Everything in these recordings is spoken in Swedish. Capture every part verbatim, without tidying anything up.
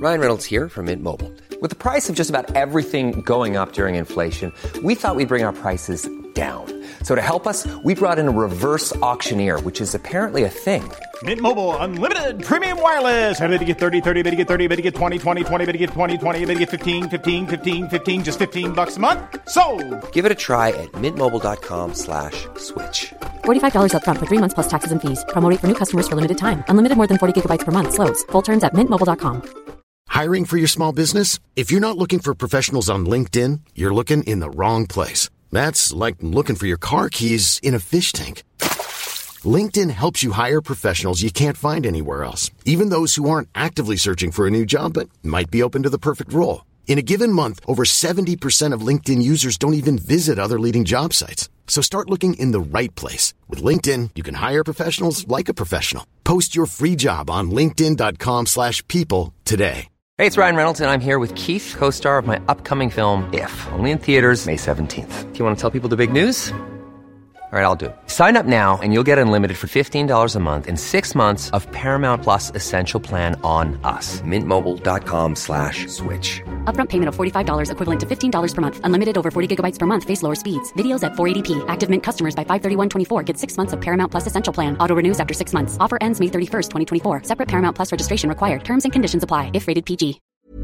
Ryan Reynolds here from Mint Mobile. With the price of just about everything going up during inflation, we thought we'd bring our prices down. So to help us, we brought in a reverse auctioneer, which is apparently a thing. Mint Mobile Unlimited Premium Wireless. How to get thirty, thirty, how to get thirty, how to get twenty, twenty, twenty, how to get twenty, twenty, how to get fifteen, fifteen, fifteen, fifteen, just fifteen bucks a month? Sold! Give it a try at mintmobile.com slash switch. forty-five dollars up front for three months plus taxes and fees. Promo rate for new customers for limited time. Unlimited more than forty gigabytes per month. Slows full terms at mint mobile dot com. Hiring for your small business? If you're not looking for professionals on LinkedIn, you're looking in the wrong place. That's like looking for your car keys in a fish tank. LinkedIn helps you hire professionals you can't find anywhere else, even those who aren't actively searching for a new job but might be open to the perfect role. In a given month, over seventy percent of LinkedIn users don't even visit other leading job sites. So start looking in the right place. With LinkedIn, you can hire professionals like a professional. Post your free job on linkedin.com slash people today. Hey, it's Ryan Reynolds, and I'm here with Keith, co-star of my upcoming film, If, only in theaters May seventeenth. Do you want to tell people the big news? All right, I'll do it. Sign up now and you'll get unlimited for fifteen dollars a month and six months of Paramount Plus Essential Plan on us. Mintmobile.com slash switch. Upfront payment of forty-five dollars equivalent to fifteen dollars per month. Unlimited over forty gigabytes per month. Face lower speeds. Videos at four eighty p. Active Mint customers by five thirty-one twenty-four get six months of Paramount Plus Essential Plan. Auto renews after six months. Offer ends May thirty-first, twenty twenty-four. Separate Paramount Plus registration required. Terms and conditions apply if rated P G.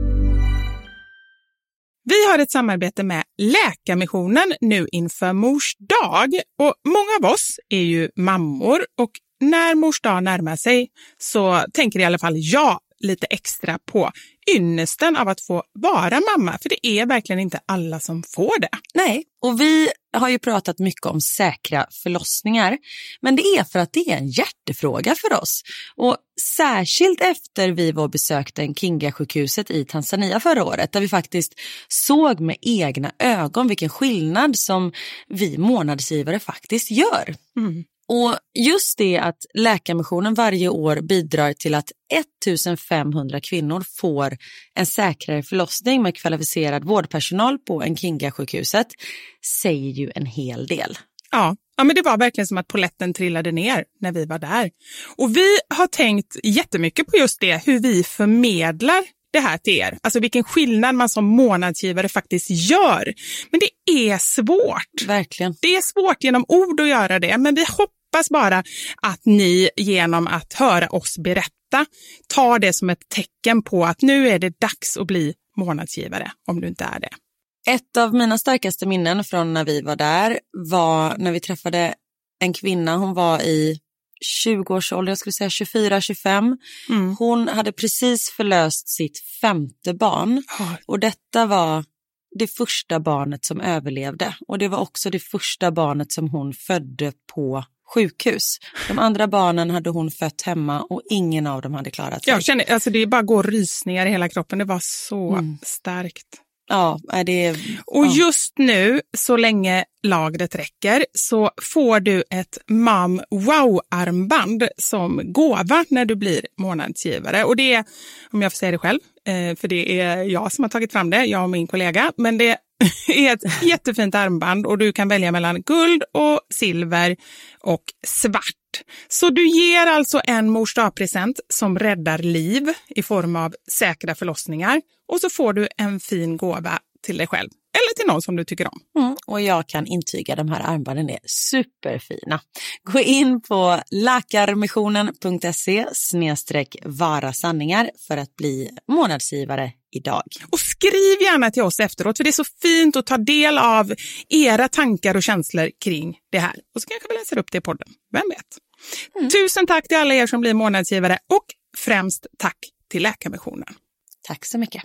Vi har ett samarbete med Läkarmissionen nu inför Mors dag, och många av oss är ju mammor, och när Mors dag närmar sig så tänker i alla fall jag lite extra på ynnesten av att få vara mamma, för det är verkligen inte alla som får det. Nej, och vi har ju pratat mycket om säkra förlossningar, men det är för att det är en hjärtefråga för oss. Och särskilt efter vi var besökte en Kinga-sjukhuset i Tanzania förra året, där vi faktiskt såg med egna ögon vilken skillnad som vi månadsgivare faktiskt gör. Mm. Och just det att Läkarmissionen varje år bidrar till att femtonhundra kvinnor får en säkrare förlossning med kvalificerad vårdpersonal på en Kinga-sjukhuset säger ju en hel del. Ja. Ja, men det var verkligen som att poletten trillade ner när vi var där. Och vi har tänkt jättemycket på just det, hur vi förmedlar det här till er. Alltså vilken skillnad man som månadsgivare faktiskt gör. Men det är svårt. Verkligen. Det är svårt genom ord att göra det, men vi hoppas bara att ni genom att höra oss berätta tar det som ett tecken på att nu är det dags att bli månadsgivare, om du inte är det. Ett av mina starkaste minnen från när vi var där var när vi träffade en kvinna. Hon var i tjugo-årsåldern, jag skulle säga tjugofyra tjugofem. Mm. Hon hade precis förlöst sitt femte barn. Oh. Och detta var det första barnet som överlevde. Och det var också det första barnet som hon födde på sjukhus. De andra barnen hade hon fött hemma och ingen av dem hade klarat sig. Jag känner, alltså det bara går rysningar i hela kroppen. Det var så mm. starkt. Ja, det är... Och ja. just nu, så länge lagret räcker, så får du ett Mom Wow-armband som gåva när du blir månadsgivare. Och det är, om jag får säga det själv, för det är jag som har tagit fram det, jag och min kollega, men det är ett jättefint armband och du kan välja mellan guld och silver och svart. Så du ger alltså en Mors dag-present som räddar liv i form av säkra förlossningar, och så får du en fin gåva till dig själv eller till någon som du tycker om. Mm, och jag kan intyga de här armbanden är superfina. Gå in på läkarmissionen punkt se snedstreck vara sanningar för att bli månadsgivare idag. Och skriv gärna till oss efteråt, för det är så fint att ta del av era tankar och känslor kring det här. Och så kanske vi läser upp det i podden. Vem vet? Mm. Tusen tack till alla er som blir månadsgivare, och främst tack till Läkarmissionen. Tack så mycket.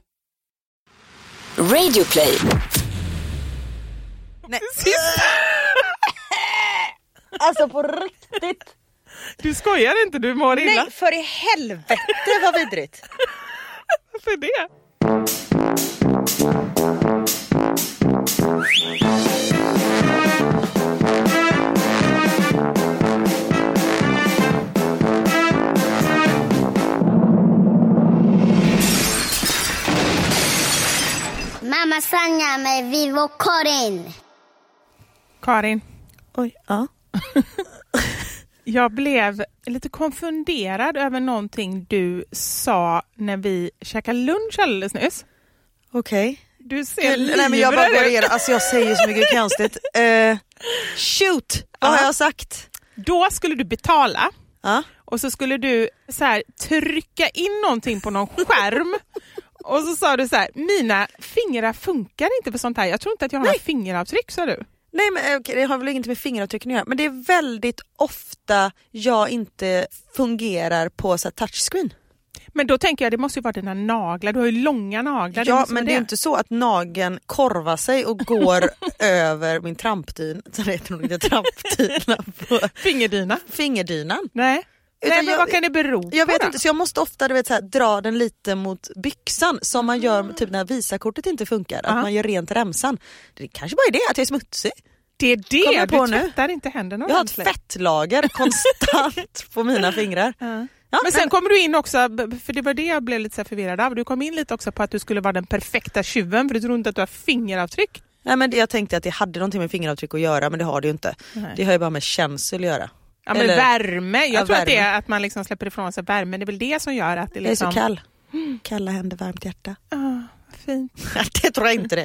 Radio Play. Nej. Alltså på riktigt. Du skojar inte, du mår illa. Nej, för i helvete vad vidrigt. Varför det? Mamma Sanja med Vivo Karin. Karin. Oj, ja. Jag blev lite konfunderad över någonting du sa när vi käkade lunch alldeles nyss. Okej. Okay. Du ser livrädd. Nej, men jag bara börjar. Alltså jag säger så mycket konstigt. Uh, shoot, vad uh. har jag sagt? Då skulle du betala. Uh. Och så skulle du så här, trycka in någonting på någon skärm. Och så sa du så här, mina fingrar funkar inte för sånt här. Jag tror inte att jag har några fingeravtryck, sa du. Nej, men okay, det har väl inget med fingeravtrycken att göra. Men det är väldigt ofta jag inte fungerar på så här, touchscreen. Men då tänker jag, det måste ju vara dina naglar. Du har ju långa naglar. Ja, det men det. det är inte så att nageln korvar sig och går över min trampdyn. Så det heter nog inte trampdyna på fingerdyna. Fingerdynan. Nej. Utan Nej, men jag, vad kan det bero på? Jag vet då? inte, så jag måste ofta du vet, så här, dra den lite mot byxan som man gör typ när visakortet inte funkar. Uh-huh. Att man gör rent remsan. Det kanske bara är det, att jag är smutsig. Det är det, på du tvättar inte händerna. Jag har ett fettlager konstant på mina fingrar. Uh-huh. Ja, men sen men... kommer du in också, för det var det jag blev lite så förvirrad av. Du kom in lite också på att du skulle vara den perfekta tjuven, för du tror inte att du har fingeravtryck. Nej, men jag tänkte att det hade någonting med fingeravtryck att göra, men det har det ju inte. Nej. Det har ju bara med känsel att göra. Ja, men Eller, värme. Jag ja, tror värme. att det är att man liksom släpper ifrån sig värme. Det är väl det som gör att det liksom... Jag är så kall. Kalla händer, varmt hjärta. Ja, ah, fint. Det tror jag inte det.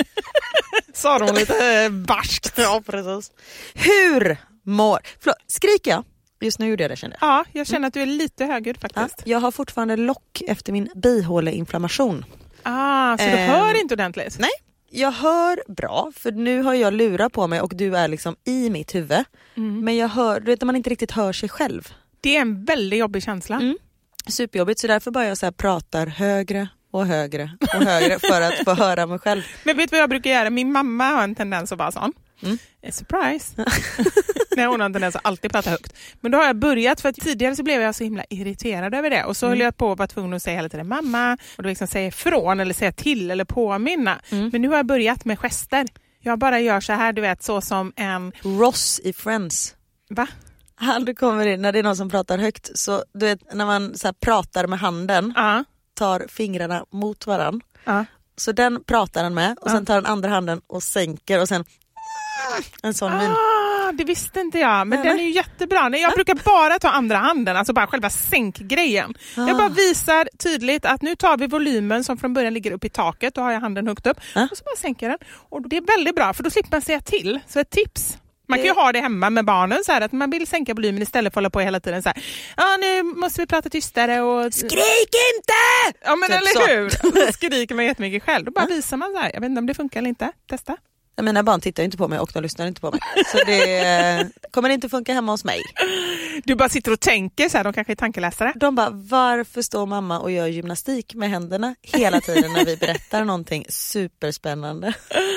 Sa de lite barskt. Ja, precis. Hur mår... Förlåt, skriker jag? Just nu gjorde jag det, kände jag. Ja, jag känner att du är lite högljudd faktiskt. Ja, jag har fortfarande lock efter min bihåleinflammation. Ah, så du eh, hör inte ordentligt? Nej. Jag hör bra, för nu har jag lurat på mig och du är liksom i mitt huvud. Mm. Men jag hör, du vet, man inte riktigt hör sig själv. Det är en väldigt jobbig känsla. Mm. Superjobbigt, så därför bara jag så här pratar högre och högre och högre för att få höra mig själv. Men vet du vad jag brukar göra? Min mamma har en tendens att vara sån. Mm. Surprise. Nej, hon har en tendens att alltid prata högt. Men då har jag börjat, för att tidigare så blev jag så himla irriterad över det. Och så mm. höll jag på att vara tvungen att säga hela tiden mamma. Och då liksom säga ifrån eller säga till eller påminna. Mm. Men nu har jag börjat med gester. Jag bara gör så här, du vet, så som en... Ross i Friends. Va? Han du kommer in, när det är någon som pratar högt. Så du vet, när man så här pratar med handen. Uh. Tar fingrarna mot varann. Uh. Så den pratar han med. Och sen tar den andra handen och sänker. Och sen... En sån min. Ah, det visste inte jag. Men nej, den är ju jättebra. Nej, jag brukar bara ta andra handen. Alltså bara själva sänkgrejen. Ah. Jag bara visar tydligt att nu tar vi volymen som från början ligger upp i taket. Då har jag handen högt upp. Ah. Och så bara sänker den. Och det är väldigt bra, för då slipper man säga till. Så ett tips. Man kan ju ha det hemma med barnen så här, att man vill sänka volymen istället för att hålla på hela tiden så här. Ja, ah, nu måste vi prata tystare och... Skrik inte! Ja, men typ eller så. hur? Då skriker man jättemycket själv. Då bara ah. visar man så här. Jag vet inte om det funkar eller inte. Testa. Mina barn tittar inte på mig och de lyssnar inte på mig. Så det kommer inte funka hemma hos mig. Du bara sitter och tänker så här, de kanske är tankeläsare. De bara, varför står mamma och gör gymnastik med händerna hela tiden när vi berättar någonting superspännande?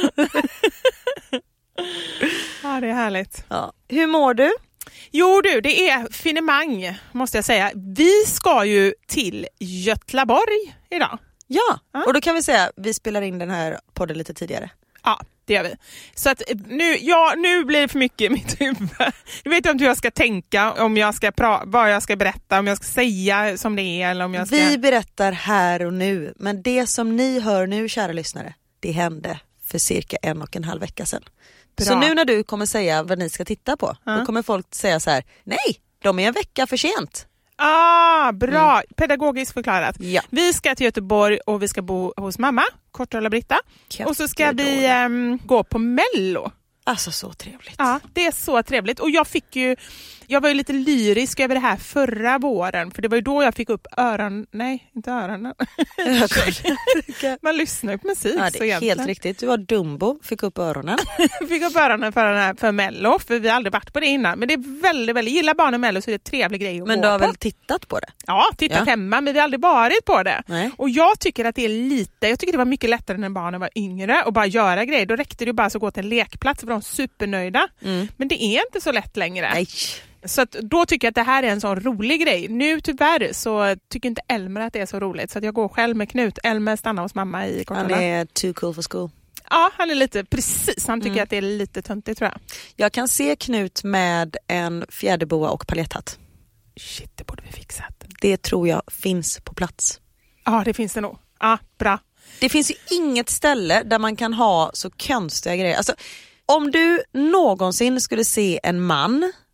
Ja, det är härligt. Ja. Hur mår du? Jo du, det är finemang måste jag säga. Vi ska ju till Götlaborg idag. Ja, ja. Och då kan vi säga, vi spelar in den här podden lite tidigare. Ja, det gör vi. Så att nu, ja, nu blir det för mycket i mitt huvud. Nu vet jag inte hur jag ska tänka, om jag ska pra- vad jag ska berätta, om jag ska säga som det är. Eller om jag ska... Vi berättar här och nu, men det som ni hör nu, kära lyssnare, det hände för cirka en och en halv vecka sedan. Bra. Så nu när du kommer säga vad ni ska titta på, ja. Då kommer folk säga så här, nej, de är en vecka för sent. Ah, bra. Mm. Pedagogiskt förklarat. Ja. Vi ska till Göteborg och vi ska bo hos mamma, Kortrölla Britta. Kött och så ska vi um, gå på Mello. Alltså så trevligt. Ja, det är så trevligt. Och jag fick ju, jag var ju lite lyrisk över det här förra våren. För det var ju då jag fick upp öron, nej, inte öronen. Man lyssnar ju på musik. Ja, det är så helt egentligen. Riktigt. Du var Dumbo, fick upp öronen. Fick upp öronen för, den här, för Mello, för vi har aldrig varit på det innan. Men det är väldigt, väldigt, gillar barnen Mello så är det en trevlig grej att Men gå du har på. väl tittat på det? Ja, tittat ja. hemma, men vi har aldrig varit på det. Nej. Och jag tycker att det är lite, jag tycker det var mycket lättare när barnen var yngre och bara göra grejer. Då räckte det bara att gå till en lekplats för de är supernöjda. Mm. Men det är inte så lätt längre. Nej. Så att då tycker jag att det här är en sån rolig grej. Nu tyvärr så tycker inte Elmer att det är så roligt. Så att jag går själv med Knut. Elmer stannar hos mamma i Kortrölla. Han är too cool for school. Ja, han är lite, precis. Han tycker mm. att det är lite töntigt, tror jag. Jag kan se Knut med en fjäderboa och paljetthatt. Shit, det borde vi fixat. Det tror jag finns på plats. Ja, det finns det nog. Ja, bra. Det finns ju inget ställe där man kan ha så konstiga grejer. Alltså, om du någonsin skulle se en man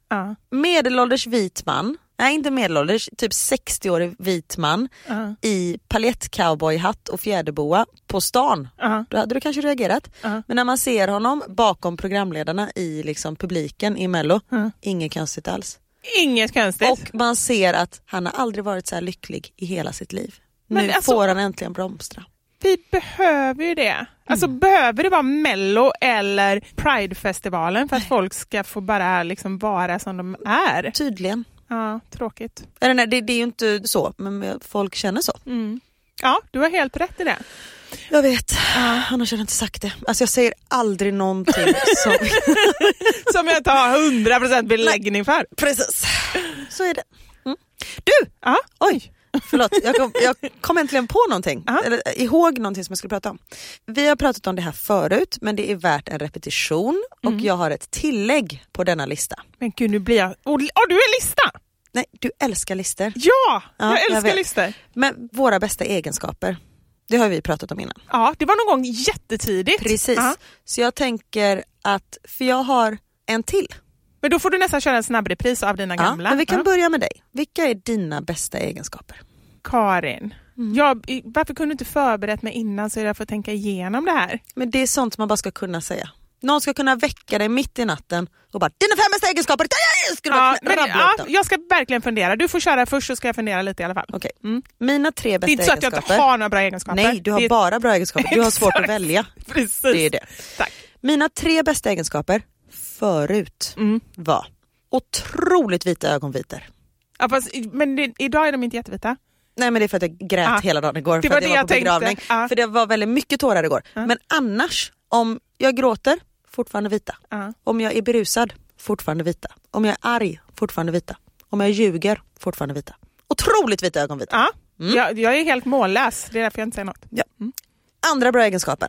Uh. Medelålders vit man. Nej, inte medelålders. Typ sextio-årig vit man. Uh. I paljettcowboyhatt och fjäderboa på stan. Uh. Då hade du kanske reagerat. Uh. Men när man ser honom bakom programledarna i liksom publiken i Mello. Uh. Inget konstigt alls. Inget konstigt. Och man ser att han har aldrig varit så här lycklig i hela sitt liv. Men nu alltså, får han äntligen blomstra. Vi behöver ju det. Alltså mm. behöver det vara Mello eller Pride-festivalen för att folk ska få bara liksom vara som de är? Tydligen. Ja, tråkigt. Eller nej, det, det är ju inte så, men folk känner så. Mm. Ja, du har helt rätt i det. Jag vet, uh. annars har jag inte sagt det. Alltså jag säger aldrig någonting som... som jag tar hundra procent beläggning för. Precis, så är det. Mm. Du! Uh. Oj! Förlåt, jag kom, jag kom äntligen på någonting. Uh-huh. Eller ihåg någonting som jag skulle prata om. Vi har pratat om det här förut, men det är värt en repetition. Mm. Och jag har ett tillägg på denna lista. Men gud, nu blir jag... Åh, oh, du är lista! Nej, du älskar listor. Ja, ja jag älskar jag listor. Men våra bästa egenskaper, det har vi pratat om innan. Ja, det var någon gång jättetidigt. Precis, uh-huh. Så jag tänker att... För jag har en till. Men då får du nästan köra en snabb repris av dina ja, gamla. Men vi kan ja. börja med dig. Vilka är dina bästa egenskaper? Karin, mm. jag, varför kunde du inte förberett mig innan så jag får tänka igenom det här? Men det är sånt man bara ska kunna säga. Någon ska kunna väcka dig mitt i natten och bara, dina fem bästa egenskaper, jag ska ja, men, ja, jag ska verkligen fundera. Du får köra först så ska jag fundera lite i alla fall. Okay. Mm. Mina tre bästa egenskaper. Det är inte så att jag inte har några bra egenskaper. Nej, du har är... bara bra egenskaper. Du har svårt att välja. Precis. Det är det. Tack. Mina tre bästa egenskaper förut mm. var otroligt vita ögonvitor. Ja, fast, men det, idag är de inte jättevita. Nej, men det är för att jag grät ah. hela dagen igår. Det för var att det jag var jag på begravning. Ah. För det var väldigt mycket tårar igår. Ah. Men annars, om jag gråter, fortfarande vita. Ah. Om jag är berusad, fortfarande vita. Om jag är arg, fortfarande vita. Om jag ljuger, fortfarande vita. Otroligt vita ögonvita. Ah. Mm. Jag, jag är helt mållös. Det är därför jag inte säger något. Ja. Mm. Andra bra egenskapen.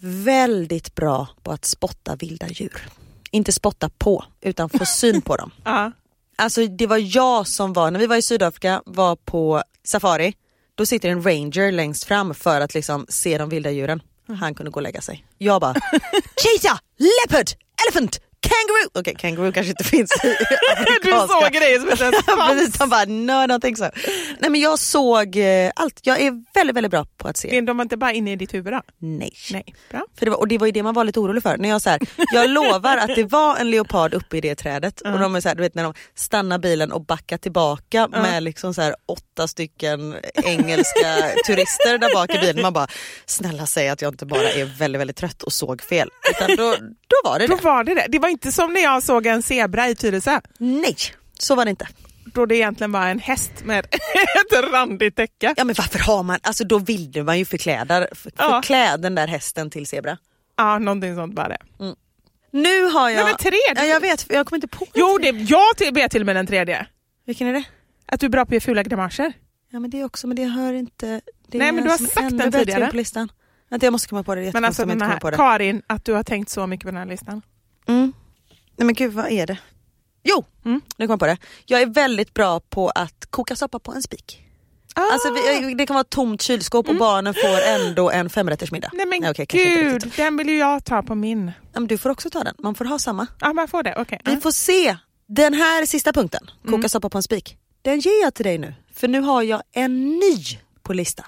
Väldigt bra på att spotta vilda djur. Inte spotta på, utan få syn på dem. Ah. Alltså det var jag som var, när vi var i Sydafrika, var på safari. Då sitter en ranger längst fram för att liksom se de vilda djuren. Han kunde gå och lägga sig. Jag bara, cheetah, leopard, elephant, kangaroo. Okej, okay, kangaroo kanske inte finns i amerikanska. Du såg grejer som inte ens fanns. Precis, han bara, no, I don't think so. Nej, men jag såg eh, allt. Jag är väldigt, väldigt bra på att se. Är de inte bara inne i ditt huvud då? Nej. Nej. Bra. För det var, och det var ju det man var lite orolig för. När jag så här, jag lovar att det var en leopard uppe i det trädet. Uh. Och de är så här, du vet när de stannar bilen och backar tillbaka uh. med liksom så här åtta stycken engelska turister där bak i bilen. Man bara, snälla säg att jag inte bara är väldigt, väldigt trött och såg fel. Utan då, då var det då det. Var det det. Det var inte som när jag såg en zebra i Tyresö. Nej, så var det inte. Då det egentligen var en häst med ett randigt täcke. Ja, men varför har man, alltså då ville man ju förkläda, för, ja. förklä den där hästen till zebra. Ja, någonting sånt bara det. Mm. Nu har jag... Men en tredje? Ja, jag vet, jag kommer inte på. Jo, det, jag vet till och med den tredje. Vilken är det? Att du är bra på att göra fula grimaser. Ja, men det är också, men det hör inte... Det Nej, men du har sagt den tidigare. På listan. Vänta, jag måste komma på det. Men alltså den här, på det. Karin, att du har tänkt så mycket på den här listan. Mm. Nej, men gud, vad är det? Jo, mm. nu kommer jag på det. Jag är väldigt bra på att koka soppa på en spik. Ah. Alltså, det kan vara ett tomt kylskåp och mm. barnen får ändå en femrättersmiddag. Nej, men Nej, okay, gud, den vill ju jag ta på min. Ja, men du får också ta den, man får ha samma. Ja, man får det, okej. Okay. Vi får se, den här sista punkten, koka mm. soppa på en spik. Den ger jag till dig nu, för nu har jag en ny på listan.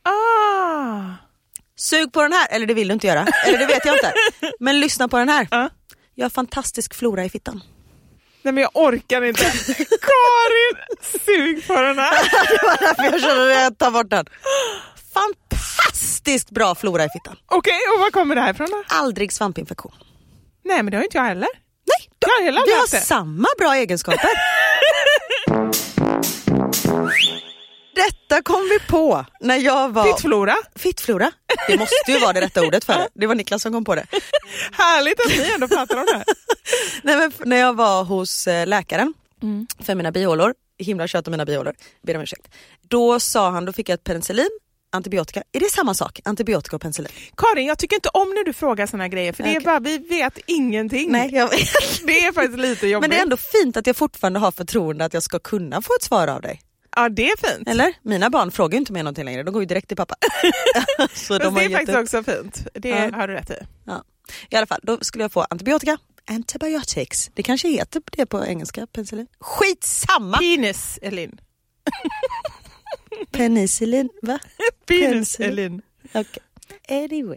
Ah. Sug på den här, eller det vill du inte göra, eller det vet jag inte. Men lyssna på den här. Ah. Jag har fantastisk flora i fittan. Nej, men jag orkar inte. Karin, sug på den här. Det var därför jag kände att jag tar bort den. Fantastiskt bra flora i fittan. Okej, okay, och vad kommer det här ifrån då? Aldrig svampinfektion. Nej, men det har inte jag heller. Nej, du, jag har, heller du har samma bra egenskaper. Detta kom vi på när jag var... Fittflora? Fittflora. Det måste ju vara det rätta ordet för det. Det var Niklas som kom på det. Härligt att ni ändå pratar om det. Nej, men när jag var hos läkaren mm. för mina bihålor, himla kött om mina bihålor, ber om ursäkt. Då sa han, då fick jag ett penicillin, antibiotika. Är det samma sak? Antibiotika och penicillin? Karin, jag tycker inte om när du frågar såna grejer. För det okay. är bara, vi vet ingenting. Nej, jag vet. Det är faktiskt lite jobbigt. Men det är ändå fint att jag fortfarande har förtroende att jag ska kunna få ett svar av dig. Ja, det är fint. Eller? Mina barn frågar ju inte mer någonting längre. De går ju direkt till pappa. Så de det är faktiskt upp... också fint. Det ja. har du rätt i. Ja. I alla fall, då skulle jag få antibiotika antibiotics. Det kanske heter det på engelska, penicillin. Skitsamma! Penicillin. Penicillin, va? Penicillin. Okej. Okay. Anyway.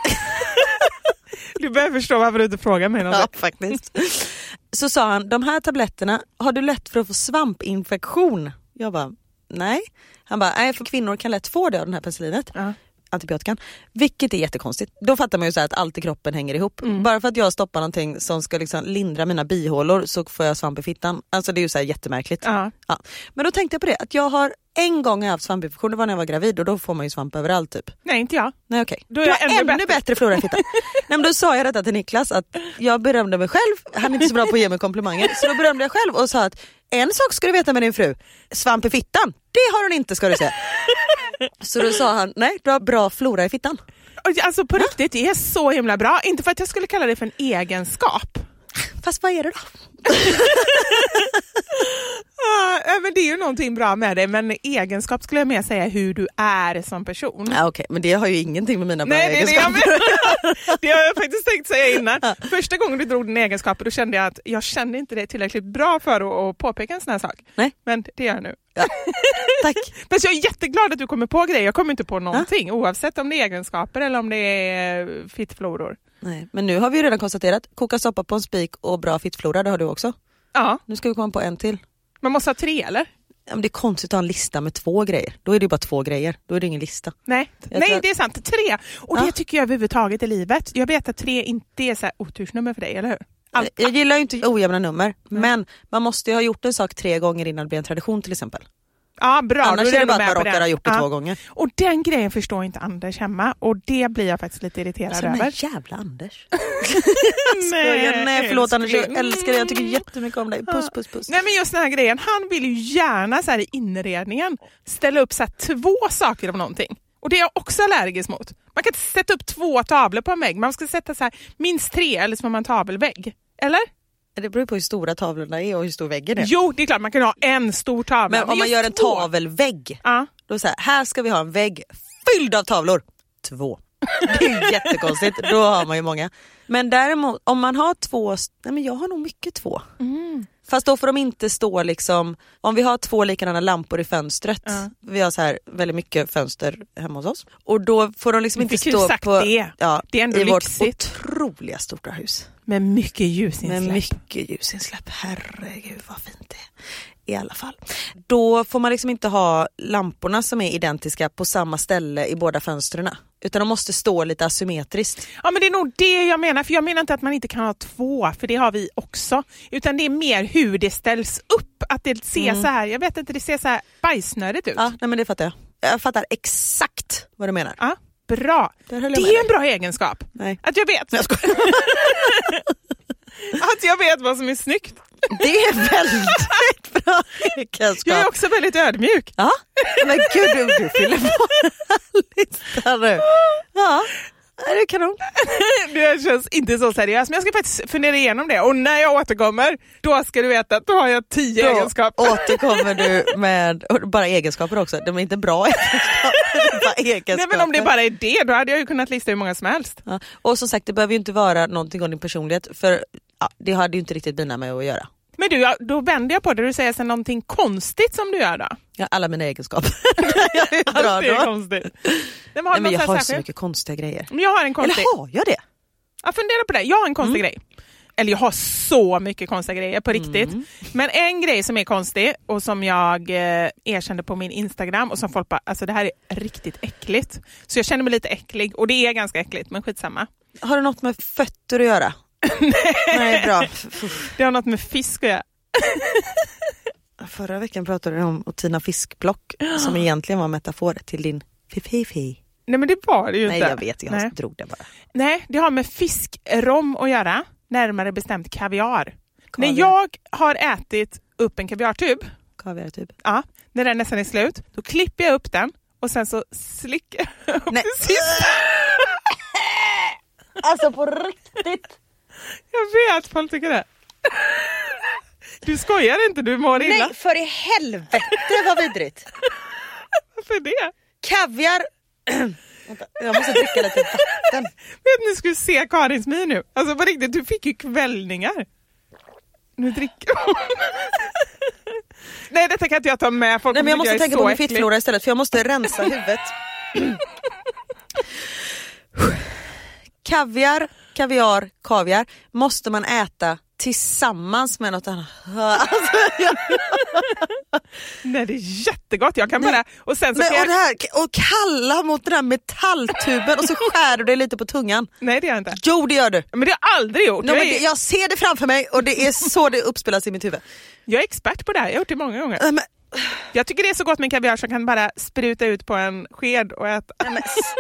Du börjar förstå varför du inte frågar mig något. Ja, faktiskt. Så sa han, de här tabletterna, har du lätt för att få svampinfektion? Jag bara, nej. Han bara, nej, för kvinnor kan lätt få det av den här penicillinet. Uh-huh. Antibiotikan, vilket är jättekonstigt. Då fattar man ju så här att allt i kroppen hänger ihop. Mm. Bara för att jag stoppar någonting som ska liksom lindra mina bihålor så får jag svamp i fittan. Alltså det är ju så här jättemärkligt. Uh-huh. Ja. Men då tänkte jag på det, att jag har en gång haft svampinfektion, det var när jag var gravid och då får man ju svamp överallt typ. Nej, inte jag. Nej, okej. Okay. Då är jag jag ännu, ännu bättre, bättre flora i fittan. Nej, men då sa jag detta till Niklas att jag berömde mig själv. Han är inte så bra på att ge mig komplimanger. Så då berömde jag själv och sa att en sak ska du veta med din fru. Svamp i fittan, det har hon inte, ska du säga. Så då sa han, nej, du har bra flora i fittan. Alltså på riktigt, det är så himla bra. Inte för att jag skulle kalla det för en egenskap. Fast vad är det då? Ja, men det är ju någonting bra med det. Men egenskap skulle jag mer säga hur du är som person. Ja, okej, okay. Men det har ju ingenting med mina bra Nej, egenskaper. Det, det, det har jag faktiskt tänkt säga innan. Ja. Första gången du drog dina egenskaper, då kände jag att jag kände inte det tillräckligt bra för att, att påpeka en sån här sak. Nej. Men det gör jag nu. Ja. Tack. Men jag är jätteglad att du kommer på grejer. Jag kommer inte på någonting, ja. Oavsett om det är egenskaper eller om det är fittfloror. Nej, men nu har vi ju redan konstaterat, koka soppa på en spik och bra fittflora, det har du också. Ja. Nu ska vi komma på en till. Man måste ha tre, eller? Ja, men det är konstigt att ha en lista med två grejer. Då är det ju bara två grejer. Då är det ingen lista. Nej, Nej det är sant. Tre. Och ja. Det tycker jag överhuvudtaget i livet. Jag vet att tre inte är så här otursnummer för dig, eller hur? Allt. Jag gillar ju inte ojämna nummer. Mm. Men man måste ju ha gjort en sak tre gånger innan det blir en tradition till exempel. Ja, bra. Annars är det bara att man råkar ha gjort det ja. två gånger. Och den grejen förstår inte Anders hemma. Och det blir jag faktiskt lite irriterad alltså, över. Men jävla Anders. nej, nej, förlåt Anders. Jag älskar dig. Jag tycker jättemycket om dig. Puss, puss, puss. Nej, men just den här grejen. Han vill ju gärna så här i inredningen ställa upp så här två saker av någonting. Och det är jag också allergisk mot. Man kan inte sätta upp två tavlor på en vägg. Man ska sätta så här minst tre eller så får man en tavelvägg. Eller? Det beror på hur stora tavlorna är och hur stor väggen är. Jo, det är klart man kan ha en stor tavla. Men, men om man gör en två. tavelvägg, ja. då så här, här ska vi ha en vägg fylld av tavlor. Två. Det är jättekonstigt. Då har man ju många. Men däremot, om man har två, nej men jag har nog mycket två. Mm. Fast då får de inte stå liksom, om vi har två likadana lampor i fönstret. Ja. Vi har så här väldigt mycket fönster hemma hos oss. Och då får de liksom inte stå på det. Ja, det är ändå i lyxigt. Vårt otroliga stora hus. Med mycket ljusinsläpp. Med mycket ljusinsläpp. Herregud vad fint det är. I alla fall. Då får man liksom inte ha lamporna som är identiska på samma ställe i båda fönstren. Utan de måste stå lite asymmetriskt. Ja, men det är nog det jag menar. För jag menar inte att man inte kan ha två. För det har vi också. Utan det är mer hur det ställs upp. Att det ser mm. så här. Jag vet inte, det ser så här bajsnödigt ut. Ja, nej, men det fattar jag. Jag fattar exakt vad du menar. Ja, bra. Det är en bra egenskap. Nej. Att jag vet. Jag att jag vet vad som är snyggt. Det är väldigt bra egenskap. Jag är också väldigt ödmjuk. Ja, men gud, du, du fyller på listan nu. Ja, det är kanon. Det känns inte så seriöst, men jag ska faktiskt fundera igenom det. Och när jag återkommer, då ska du veta att då har jag tio då egenskaper. Återkommer du med bara egenskaper också. De är inte bra egenskaper, bara egenskaper. Nej, men om det bara är det, då hade jag ju kunnat lista hur många som helst. Ja. Och som sagt, det behöver ju inte vara någonting om din personlighet. För ja, det hade ju inte riktigt bina med att göra. Men du, då vänder jag på det. Du säger sen någonting konstigt som du gör då? Ja, alla mina egenskaper. jag är bra Allt är då. konstigt. Nej, men, Nej, men jag har särskilt? så mycket konstiga grejer. Men jag har en konstig... Eller har jag det? Jag funderar på det. Jag har en konstig mm. grej. Eller jag har så mycket konstiga grejer på riktigt. Mm. Men en grej som är konstig och som jag eh, erkände på min Instagram och som folk bara, alltså det här är riktigt äckligt. Så jag känner mig lite äcklig och det är ganska äckligt, men skitsamma. Har det något med fötter att göra? Nej. Nej, bra. Det har något med fisk att göra. Förra veckan pratade du om att tina fiskblock som egentligen var metafor till din fifi. Nej, men det var det ju Nej, inte. Nej, jag vet. Jag Nej. drog det bara. Nej, det har med fiskrom att göra. Närmare bestämt kaviar. kaviar. När jag har ätit upp en kaviartub. Kaviartub? Ja, när den nästan är slut. Då klipper jag upp den och sen så slickar jag upp Nej. det sista. Alltså på riktigt. Jag vet, folk tycker det. Du skojar inte, du mår illa. Nej, för i helvete vad vidrigt. Varför det? Kaviar. Vänta, jag måste dricka lite vatten. Vet ni, skulle se Karins min nu. Alltså på riktigt, du fick ju kvällningar. Nu dricker hon. Nej, detta kan inte jag ta med. Folk. Nej, men jag måste jag tänka på min fittflora istället, för jag måste rensa huvudet. Kaviar, kaviar, kaviar måste man äta tillsammans med något annat. Alltså, jag... Nej, det är jättegott. Jag kan Nej. bara... Och sen så Men, kan jag... och, det här, och kalla mot den här metalltuben och så skär du det lite på tungan. Nej, det gör jag inte. Jo, det gör du. Men det har jag aldrig gjort. No, jag, men är... det, jag ser det framför mig och det är så det uppspelas i mitt huvud. Jag är expert på det här. Jag har gjort det många gånger. Äh, men... Jag tycker det är så gott med kaviar så jag kan bara spruta ut på en sked och äta. Nej, men...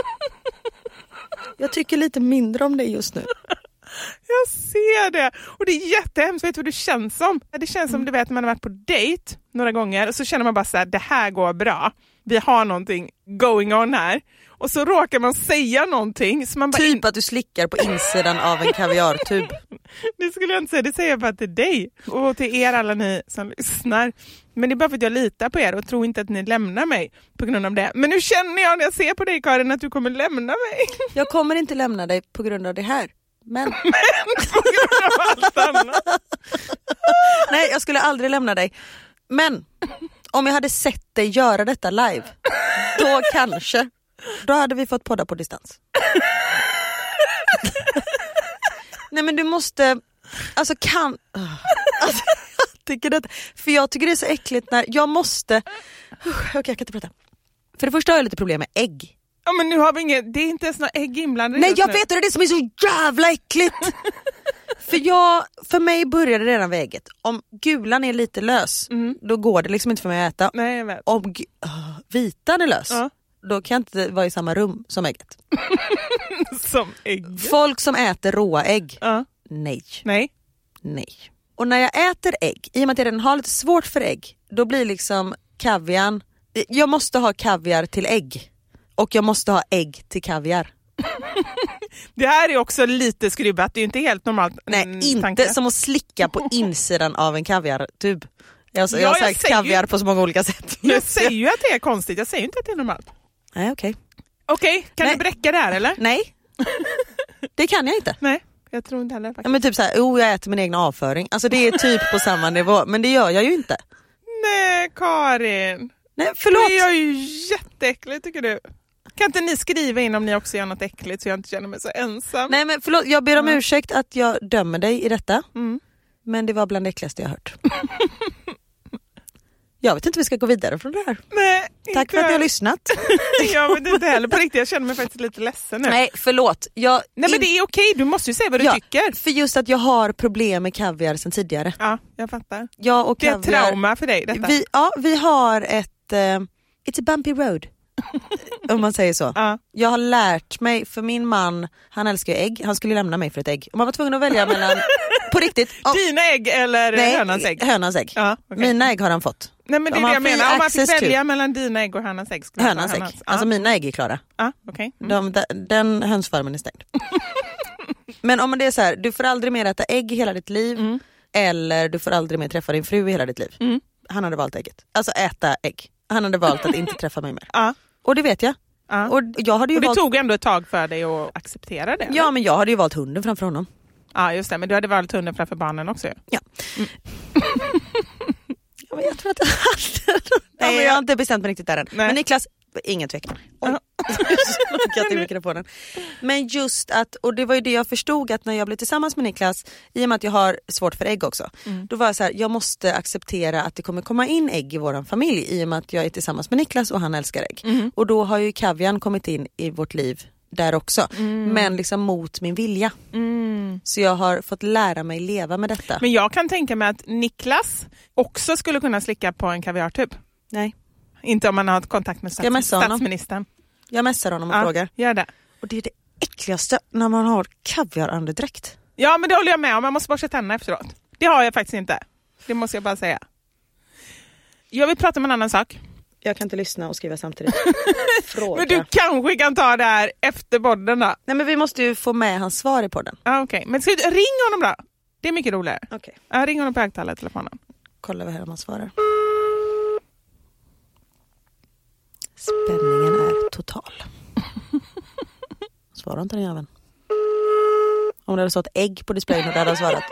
Jag tycker lite mindre om det just nu. Jag ser det. Och det är jättehemskt. Vet du vad det känns som? Det känns som, du vet, man har varit på dejt några gånger och så känner man bara så här, det här går bra. Vi har någonting going on här. Och så råkar man säga någonting. Så man bara typ in... att du slickar på insidan av en kaviartub. Det skulle jag inte säga. Det säger jag bara till dig. Och till er alla ni som lyssnar. Men det är bara för att jag litar på er och tror inte att ni lämnar mig på grund av det. Men nu känner jag när jag ser på dig, Karin, att du kommer lämna mig. Jag kommer inte lämna dig på grund av det här. Men, Men på grund av allt annat. Nej, jag skulle aldrig lämna dig. Men om jag hade sett dig göra detta live, då kanske. Då hade vi fått podda på distans. Nej, men du måste... Alltså kan... Alltså, jag tycker det, för jag tycker det är så äckligt när jag måste... Okej, okay, jag kan inte prata. För det första har jag lite problem med ägg. Ja, men nu har vi inget... Det är inte ens några ägg inblandade. Nej, jag vet att det är det som är så jävla äckligt. För jag... För mig började det redan vid ägget. Om gulan är lite lös, mm. då går det liksom inte för mig att äta. Nej, jag vet. Om gu- oh, vitan är lös, ja. Då kan jag inte vara i samma rum som ägget. Som ägg. Folk som äter råa ägg. Ja. Nej. Nej. Nej. Och när jag äter ägg, i och med att jag redan har lite svårt för ägg, då blir liksom kavian... Jag måste ha kaviar till ägg. Och jag måste ha ägg till kaviar. Det här är också lite skrubbat. Det är ju inte helt normalt. Nej, mm, inte tanke. som att slicka på insidan av en kaviartub. Jag, Ja, jag har jag sagt kaviar ju... på så många olika sätt. Jag säger ju att det är konstigt. Jag säger ju inte att det är normalt. Nej, okej. Okay. Okej, okay, kan Nej. du bräcka det här eller? Nej. Det kan jag inte. Nej, jag tror inte heller faktiskt. Ja, men typ så här, oh, jag äter min egen avföring. Alltså det är typ på samma nivå, men det gör jag ju inte. Nej, Karin. Nej, förlåt. Det är ju jätteäckligt, tycker du. Kan inte ni skriva in om ni också gör något äckligt så jag inte känner mig så ensam? Nej, men förlåt, jag ber om mm. ursäkt att jag dömer dig i detta. Mm. Men det var bland det äckligaste jag hört. Jag vet inte hur vi ska gå vidare från det här. Nej, tack för att ni har lyssnat. Jag vet inte heller på riktigt, jag känner mig faktiskt lite ledsen nu. Nej, förlåt. Jag Nej, men det är okej, du måste ju säga vad du ja, tycker. För just att jag har problem med kaviar sedan tidigare. Ja, jag fattar. Jag och det är kaviar, ett trauma för dig, detta. Vi, ja, vi har ett... Uh, it's a bumpy road. Om man säger så. Ja. Jag har lärt mig, för min man, han älskar ju ägg. Han skulle lämna mig för ett ägg. Och man var tvungen att välja mellan... På riktigt. Oh. Dina ägg eller Nej, hönans ägg? hönans ägg. Ja, okay. Mina ägg har han fått. Nej, men det är de det jag menar. Om man fick välja to... mellan dina ägg och hönans ägg. Hönans ägg. Hönans. Alltså ja. mina ägg är klara. Ja, okej. Okay. Mm. De, de, den hönsfarmen är stängd. Men om det är så här, du får aldrig mer äta ägg hela ditt liv. Mm. Eller du får aldrig mer träffa din fru i hela ditt liv. Mm. Han hade valt ägget. Alltså äta ägg. Han hade valt att inte träffa mig mer. Ja. Och det vet jag. Ja. Och, jag hade ju och det valt... tog ändå ett tag för dig att acceptera det? Ja, eller? men jag hade ju valt hunden framför honom. Ja, just det. Men du hade valt hunden framför barnen också. Ja. Mm. Ja, men jag tror att jag hade... Nej, Nej, jag har inte bestämt mig riktigt där än. Nej. Men Niklas, ingen tvekan. Oj, jag till mikrofonen. Men just att, och det var ju det jag förstod, att när jag blev tillsammans med Niklas, i och med att jag har svårt för ägg också, mm. då var jag så här, jag måste acceptera att det kommer komma in ägg i våran familj, i och med att jag är tillsammans med Niklas och han älskar ägg. Mm. Och då har ju kavian kommit in i vårt liv där också, mm. men liksom mot min vilja. Mm. Så jag har fått lära mig leva med detta. Men jag kan tänka mig att Niklas också skulle kunna slicka på en kaviartub. Nej. Inte om man har kontakt med stats- statsministern. Jag messar honom och ja, frågar. Gör det. Och det är det äckligaste när man har kaviarandedräkt. Ja, men det håller jag med om. Man måste borsta tänderna efteråt. Det har jag faktiskt inte. Det måste jag bara säga. Jag vill prata om en annan sak. Jag kan inte lyssna och skriva samtidigt. Fråga. Men du kanske kan ta det här efter podden då. Nej, men vi måste ju få med hans svar i podden. Ah, okej. Okay. Men ska du, ring honom då. Det är mycket roligare. Okej. Okay. Ja, ring honom på högtalartelefonen. Kolla vad här om han svarar. Spänningen är total. Svarar inte den jäveln. Om det hade stått ägg på displayen och det hade han svarat.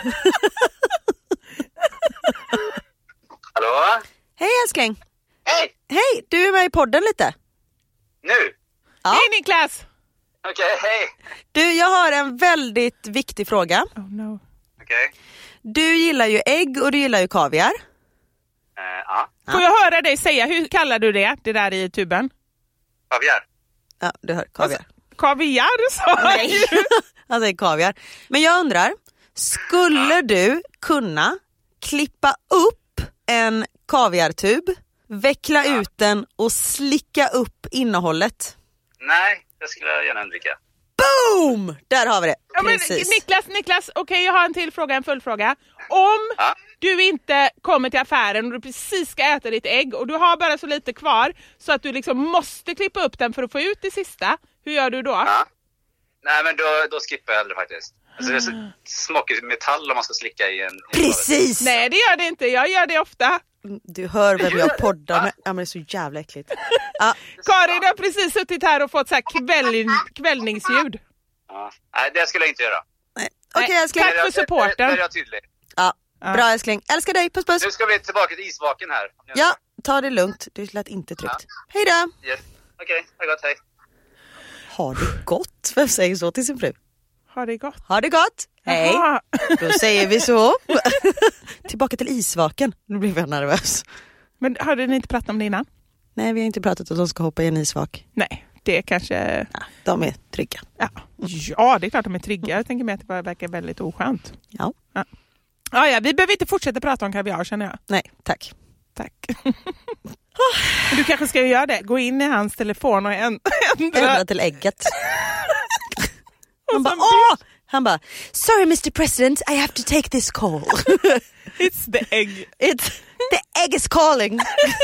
Hallå? Hej älskling. Hej! Hej, du är med i podden lite. Nu? Ja. Hej Niklas! Okej, okay, hej. Du, jag har en väldigt viktig fråga. Oh no. Okej. Okay. Du gillar ju ägg och du gillar ju kaviar. Uh, ja. Får jag höra dig säga, hur kallar du det, det där i tuben? Kaviar. Ja, du hör, kaviar. Alltså, kaviar sa han ju. Han säger kaviar. Men jag undrar, skulle du kunna klippa upp en kaviartub, veckla ja. ut den och slicka upp innehållet? Nej, det skulle jag gärna undvika. Boom! Där har vi det. Ja, men, Precis. Niklas, Niklas, okej okay, jag har en till fråga, en följdfråga. Om ja. du inte kommer till affären och du precis ska äta ditt ägg och du har bara så lite kvar så att du liksom måste klippa upp den för att få ut det sista, hur gör du då? Ja. Nej, men då, då skippar jag hellre faktiskt. Alltså, det är så smakar metall om man ska slicka i en... Precis! Nej, det gör det inte. Jag gör det ofta. Du hör vem jag poddar med. Ja, men det är så jävla äckligt. Ja. Karin har precis suttit här och fått så här kväll, kvällningsljud. Ja. Nej, det skulle jag inte göra. Nej. Okej, okay, älskling. Tack för supporten. Där är jag tydlig. Ja, bra älskling. Älskar dig, puss puss. Nu ska vi tillbaka till isvaken här. Ja, ta det lugnt. Du lät inte tryggt. Ja. Hej då. Yes. Okej, okay, ha det gott, hej. Har det gott? Vem säger så till sin fru? Har det gott? Har det gott? Hej. Aha. Då säger vi så. Tillbaka till isvaken. Nu blir jag nervös. Men hade ni inte pratat om det innan? Nej, vi har inte pratat om att de ska hoppa i en isvak. Nej, det kanske... Ja, de är trygga. Ja. ja, det är klart de är trygga. Jag tänker mig att det verkar väldigt oskönt. Ja. Ja. Ja, ja, vi behöver inte fortsätta prata om kaviar, känner jag. Nej, tack. Tack. Du kanske ska göra det. Gå in i hans telefon och ändra. Ändra till ägget. Han bara, åh! Han bara, sorry mister President, I have to take this call. It's the egg. It's the egg is calling.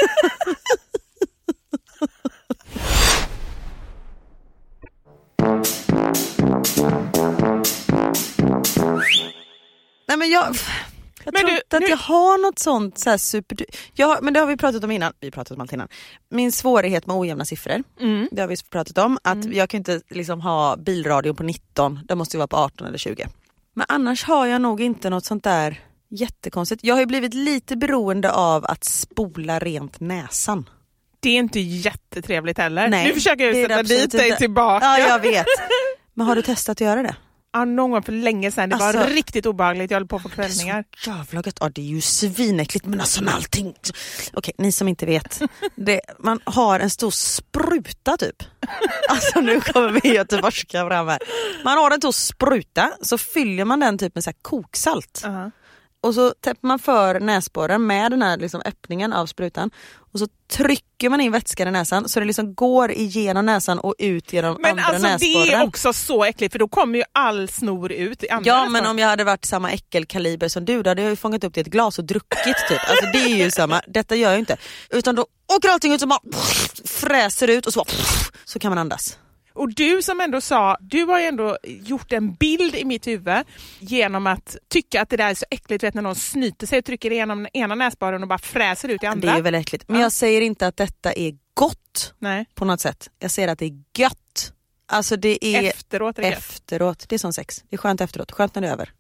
Nej men jag... Jag men tror du, inte att nu... jag har något sånt så här super... Jag har, men det har vi pratat om innan. Vi har pratat om allt innan. Min svårighet med ojämna siffror. Mm. Det har vi pratat om. Att mm. jag kan inte liksom ha bilradio på nitton. Det måste ju vara på arton eller tjugo. Men annars har jag nog inte något sånt där jättekonstigt. Jag har ju blivit lite beroende av att spola rent näsan. Det är inte jättetrevligt heller. Nej, nu försöker jag sätta dit dig inte. tillbaka. Ja, jag vet. Men har du testat att göra det? Ja, någon gång för länge sedan. Det alltså, var riktigt obehagligt. Jag höll på för kvällningar. Så jävla gött. Ja, det är ju svinäckligt, men alltså allting. Okej, ni som inte vet. Det, man har en stor spruta typ. Alltså nu kommer vi göteborgska fram här. Man har en stor spruta, så fyller man den typ med så här koksalt. Uh-huh. Och så täpper man för näsborren med den här liksom öppningen av sprutan. Och så trycker man in vätskan i näsan så det liksom går igenom näsan och ut genom men andra alltså, näsborren. Men det är också så äckligt för då kommer ju all snor ut i andra Ja, näsborren. men om jag hade varit samma äckelkaliber som du, då hade jag ju fångat upp det i ett glas och druckit typ. Alltså det är ju samma, detta gör jag ju inte. Utan då åker allting ut som bara fräser ut och så bara, så kan man andas. Och du som ändå sa, du har ju ändå gjort en bild i mitt huvud genom att tycka att det där är så äckligt, vet när någon snyter sig och trycker igenom den ena näsborren och bara fräser ut i andra. Det är ju väl äckligt. Men ja. Jag säger inte att detta är gott. Nej. På något sätt. Jag säger att det är gött. Alltså det är efteråt. Är det efteråt. Det är som sex. Det är skönt efteråt. Skönt när det är över.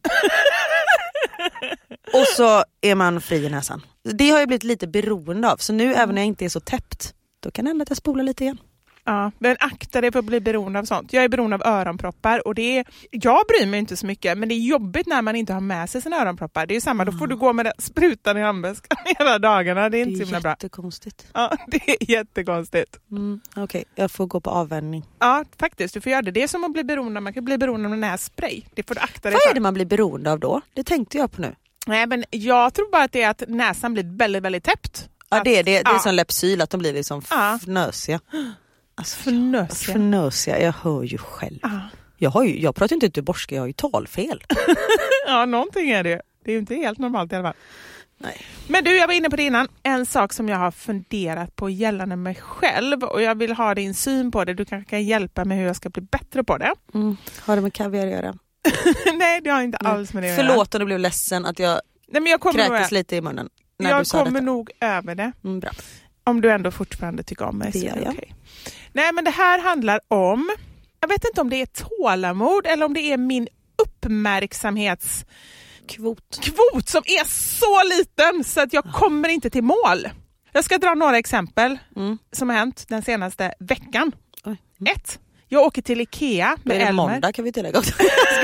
Och så är man fri i näsan. Det har jag blivit lite beroende av. Så nu mm. även när jag inte är så täppt, då kan det hända att jag spolar lite igen. Ja, men akta dig för att bli beroende av sånt. Jag är beroende av öronproppar och det är, jag bryr mig inte så mycket, men det är jobbigt när man inte har med sig sina öronproppar. Det är samma, mm. då får du gå med den sprutan i handväskan hela dagarna. Det är inte så himla bra. Det är jättekonstigt. Ja, det är jättekonstigt. Mm, Okej, okay. Jag får gå på avvänjning. Ja, faktiskt. Du får göra det. Det är som att bli beroende. Man kan bli beroende av en nässpray. Det får du akta dig Vad för. är det man blir beroende av då? Det tänkte jag på nu. Nej, men jag tror bara att det är att näsan blir väldigt, väldigt täppt. Ja, att, det är det. Det är ja. som läppsyl, att de blir liksom ja. fnösiga. Alltså, Fnösiga. Fnösiga, jag hör ju själv. Ah. Jag, har ju, jag pratar inte göteborgska, jag har ju talfel. Ja, någonting är det. Det är ju inte helt normalt i alla fall. Nej. Men du, jag var inne på det innan. En sak som jag har funderat på gällande mig själv. Och jag vill ha din syn på det. Du kanske kan hjälpa mig hur jag ska bli bättre på det. Mm. Har det med kaviar att göra? Nej, det har inte Nej. alls med det att göra. Förlåt om du blev ledsen att jag, Nej, men jag kräktes lite i munnen. När jag du sa kommer detta. nog över det. Mm, bra. Om du ändå fortfarande tycker om mig. Det så gör är det jag. Okay. Nej, men det här handlar om jag vet inte om det är tålamod eller om det är min uppmärksamhets... Kvot. Kvot som är så liten så att jag kommer inte till mål. Jag ska dra några exempel mm. som har hänt den senaste veckan. Mm. Ett. Jag åker till Ikea med Elmer. Måndag kan vi tillägga också.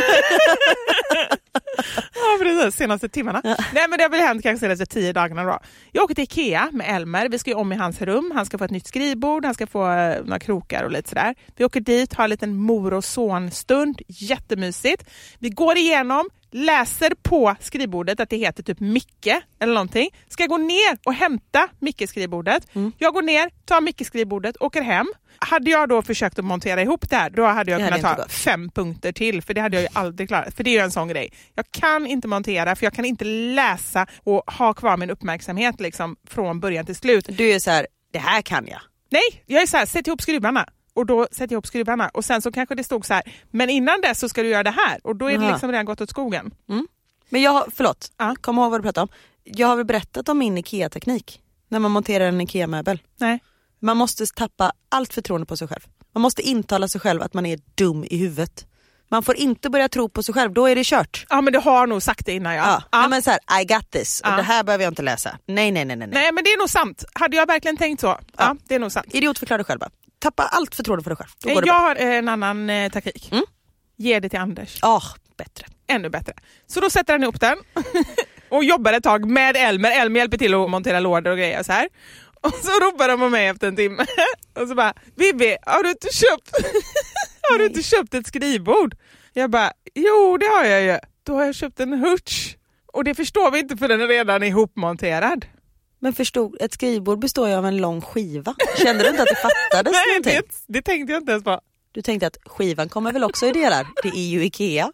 Ja, precis. Senaste timmarna. Ja. Nej, men det har väl hänt kanske senaste tio dagarna då. Jag åker till Ikea med Elmer. Vi ska ju om i hans rum. Han ska få ett nytt skrivbord. Han ska få uh, några krokar och lite sådär. Vi åker dit, har en liten mor- och sonstund. Jättemysigt. Vi går igenom, läser på skrivbordet att det heter typ Micke eller någonting. Ska gå ner och hämta Micke-skrivbordet. Mm. Jag går ner, tar Micke-skrivbordet, åker hem. Hade jag då försökt att montera ihop det här, då hade jag det kunnat ta fem punkter till. För det hade jag ju aldrig klarat. För det är ju en sån grej. Jag kan inte montera, för jag kan inte läsa och ha kvar min uppmärksamhet liksom från början till slut. Du är så här, det här kan jag. Nej, jag är så här, sätt ihop skruvarna. Och då sätter jag ihop skruvarna. Och sen så kanske det stod så här, men innan dess så ska du göra det här. Och då är det Aha. liksom redan gått åt skogen. Mm. Men jag har, förlåt, ja. kom ihåg vad du pratade om. Jag har väl berättat om min Ikea-teknik. När man monterar en Ikea-möbel. Nej. Man måste tappa allt förtroende på sig själv. Man måste intala sig själv att man är dum i huvudet. Man får inte börja tro på sig själv, då är det kört. Ja, men du har nog sagt det innan. Ja, ja. ja. Men så här, I got this. Ja. Och det här behöver jag inte läsa. Nej, nej, nej, nej. Nej, men det är nog sant. Hade jag verkligen tänkt så? Ja, ja det är nog sant. Idiot, förklara dig själv. Tappa allt förtroende för dig själv. Då går jag det har en annan eh, taktik. Mm? Ge det till Anders. Ja, oh, bättre. Ännu bättre. Så då sätter han ihop den. Och jobbar ett tag med Elmer. Elmer hjälper till att montera lådor och grejer så här. Och så ropar de på mig efter en timme. Och så bara, Vivi, har du inte köpt har du inte köpt ett skrivbord? Jag bara, jo det har jag ju. Då har jag köpt en hutch. Och det förstår vi inte för den är redan ihopmonterad. Men förstod, ett skrivbord består ju av en lång skiva. Kände du inte att det fattades Nej, någonting? Det, det tänkte jag inte ens på. Du tänkte att skivan kommer väl också i delar? Det är ju Ikea.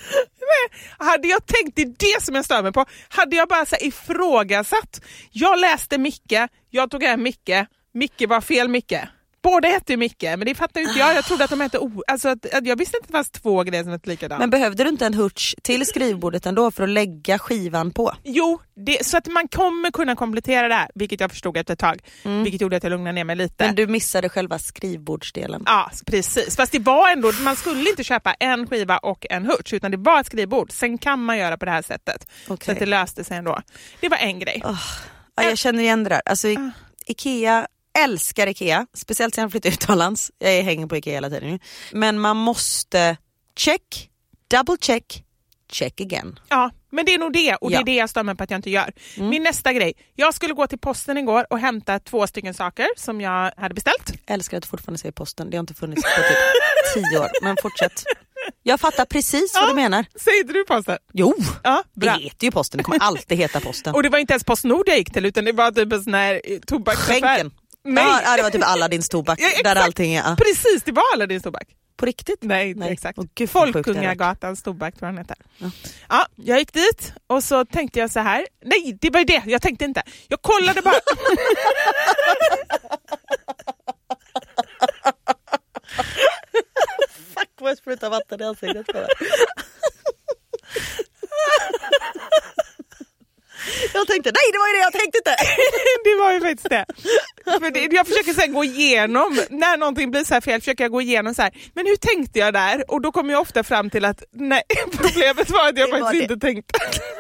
Nej, hade jag tänkt, det är det som jag stör mig på. Hade jag bara så här ifrågasatt. Jag läste Micke, jag tog hem Micke. Micke var fel Micke. Båda hette ju Micke, men det fattar ju inte jag. Jag trodde att de hette o... Alltså att, att jag visste inte att det fanns två grejer som hette likadant. Men behövde du inte en hutch till skrivbordet ändå för att lägga skivan på? Jo, det, så att man kommer kunna komplettera det här, vilket jag förstod efter ett tag. Mm. Vilket gjorde att jag lugnade ner mig lite. Men du missade själva skrivbordsdelen. Ja, precis. Fast det var ändå, man skulle inte köpa en skiva och en hutch, utan det var ett skrivbord. Sen kan man göra på det här sättet. Okay. Så att det löste sig ändå. Det var en grej. Oh. Ja, jag känner igen det där. Alltså uh. Ikea... älskar Ikea, speciellt sen jag flyttade utomlands. Jag hänger på Ikea hela tiden nu. Men man måste check, double check, check again. Ja, men det är nog det. Och ja. det är det jag stämmer på att jag inte gör. Mm. Min nästa grej. Jag skulle gå till posten igår och hämta två stycken saker som jag hade beställt. Jag älskar att du fortfarande säger posten. Det har inte funnits på typ tio år. Men fortsätt. Jag fattar precis vad ja, du menar. Säger du posten? Jo, ja, det heter ju posten. Det kommer alltid heta posten. Och det var inte ens Postnord jag gick till, utan det var typ en sån här tobaksaffär. Skänken. Nej. Ja, det var typ Aladdins tobak. Ja, där allting är. Ja. Precis, det var Aladdins tobak. På riktigt? Nej, Nej. exakt. Oh, Folkungagatans tobak tror jag den heter. Ja. ja, jag gick dit och så tänkte jag så här. Nej, det var ju det. Jag tänkte inte. Jag kollade bara. Fuck, vad jag sprutar vatten i ansiktet på det. Jag tänkte, nej det var ju det jag tänkte inte. Det var ju faktiskt det. För det, jag försöker sen gå igenom, när någonting blir så här fel, försöker jag gå igenom så här. Men hur tänkte jag där? Och då kommer jag ofta fram till att nej, problemet var att jag faktiskt det. inte tänkte.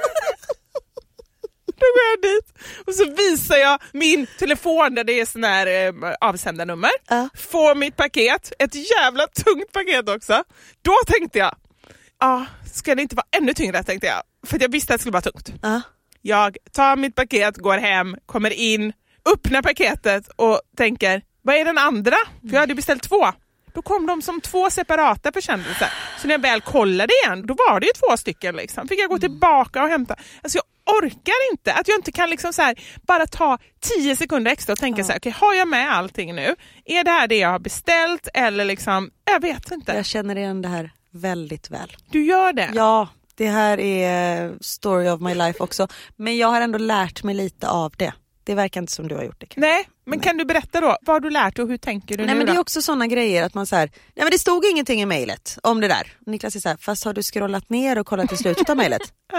Då går jag dit och så visar jag min telefon där det är sån här eh, avsändarnummer. Uh. Får mitt paket, ett jävla tungt paket också. Då tänkte jag, ja, ah, ska det inte vara ännu tyngre, tänkte jag. För jag visste att det skulle vara tungt. Uh. Jag tar mitt paket, går hem, kommer in, öppnar paketet och tänker, vad är den andra? För jag hade beställt två. Då kom de som två separata försändelser. Så när jag väl kollade igen, då var det ju två stycken liksom. Fick jag gå tillbaka och hämta. Alltså jag orkar inte. Att jag inte kan liksom så här, bara ta tio sekunder extra och tänka ja. så här, okej, okay, har jag med allting nu? Är det här det jag har beställt? Eller liksom, jag vet inte. Jag känner igen det här väldigt väl. Du gör det? Ja. Det här är story of my life också. Men jag har ändå lärt mig lite av det. Det verkar inte som du har gjort det. Nej, men nej. Kan du berätta då? Vad har du lärt och hur tänker du nej, nu men då? Det är också sådana grejer att man så här, nej men det stod ingenting i mejlet om det där. Niklas är så här, fast har du scrollat ner och kollat till slutet av mejlet? Nej.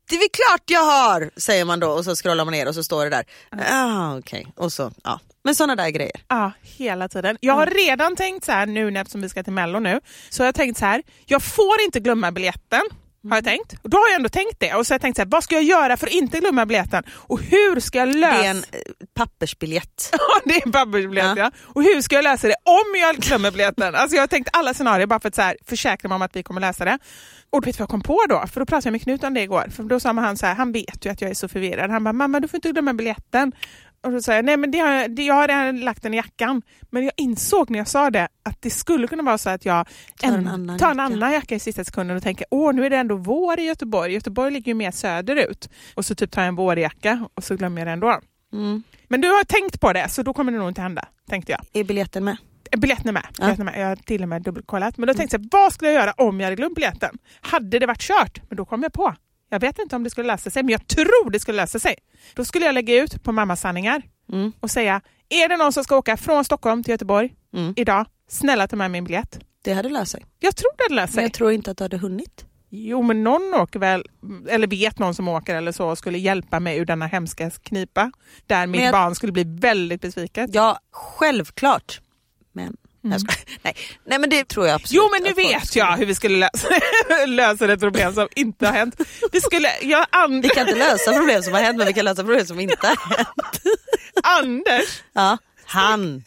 Det är väl klart jag har, säger man då. Och så scrollar man ner och så står det där. Ah, okej. Okay. Och så, ja. Men sådana där grejer. Ja, hela tiden. Jag har redan tänkt så här nu eftersom vi ska till Mello nu. Så jag har tänkt så här, jag får inte glömma biljetten. Har jag tänkt. Och då har jag ändå tänkt det. Och så har jag tänkt så här, vad ska jag göra för att inte glömma biljetten? Och hur ska jag lösa... Det är en eh, pappersbiljett. Ja, det är en pappersbiljett, ja. Ja. Och hur ska jag lösa det om jag glömmer biljetten? Alltså jag har tänkt alla scenarier bara för att så här, försäkra mig om att vi kommer lösa det. Och vet du vad jag kom på då? För då pratade jag med Knut om det igår. För då sa han så här, han vet ju att jag är så förvirrad. Han bara, mamma du får inte glömma biljetten. Och då sa jag, nej men det har, det, jag har redan lagt den i jackan. Men jag insåg när jag sa det att det skulle kunna vara så att jag tar en, en, annan, tar en jacka. annan jacka i sista sekunden och tänker, åh nu är det ändå vår i Göteborg. Göteborg ligger ju mer söderut. Och så typ tar jag en vårjacka och så glömmer jag det ändå. Mm. Men du har tänkt på det så då kommer det nog inte hända, tänkte jag. Är biljetten med? Biljetten är med. Ja. Biljetten är med. Jag har till och med dubbelkollat. Men då tänkte jag, vad skulle jag göra om jag hade glömt biljetten? Hade det varit kört? Men då kom jag på. Jag vet inte om det skulle lösa sig, men jag tror det skulle lösa sig. Då skulle jag lägga ut på Mammas sanningar Mm. och säga, är det någon som ska åka från Stockholm till Göteborg Mm. idag? Snälla ta med min biljett. Det hade löst sig. Jag tror det hade löst Men sig. jag tror inte att du hade hunnit. Jo, men någon åker väl, eller vet någon som åker eller så och skulle hjälpa mig ur denna hemska knipa. Där mitt jag... barn skulle bli väldigt besviken. Ja, självklart. Men... Mm. Jag ska... nej. nej, men det tror jag absolut. Jo, men nu vet jag hur vi skulle lösa, lösa ett problem som inte har hänt. Vi, skulle, jag, and... vi kan inte lösa problem som har hänt, men vi kan lösa problem som inte har hänt. Anders. Ja, han.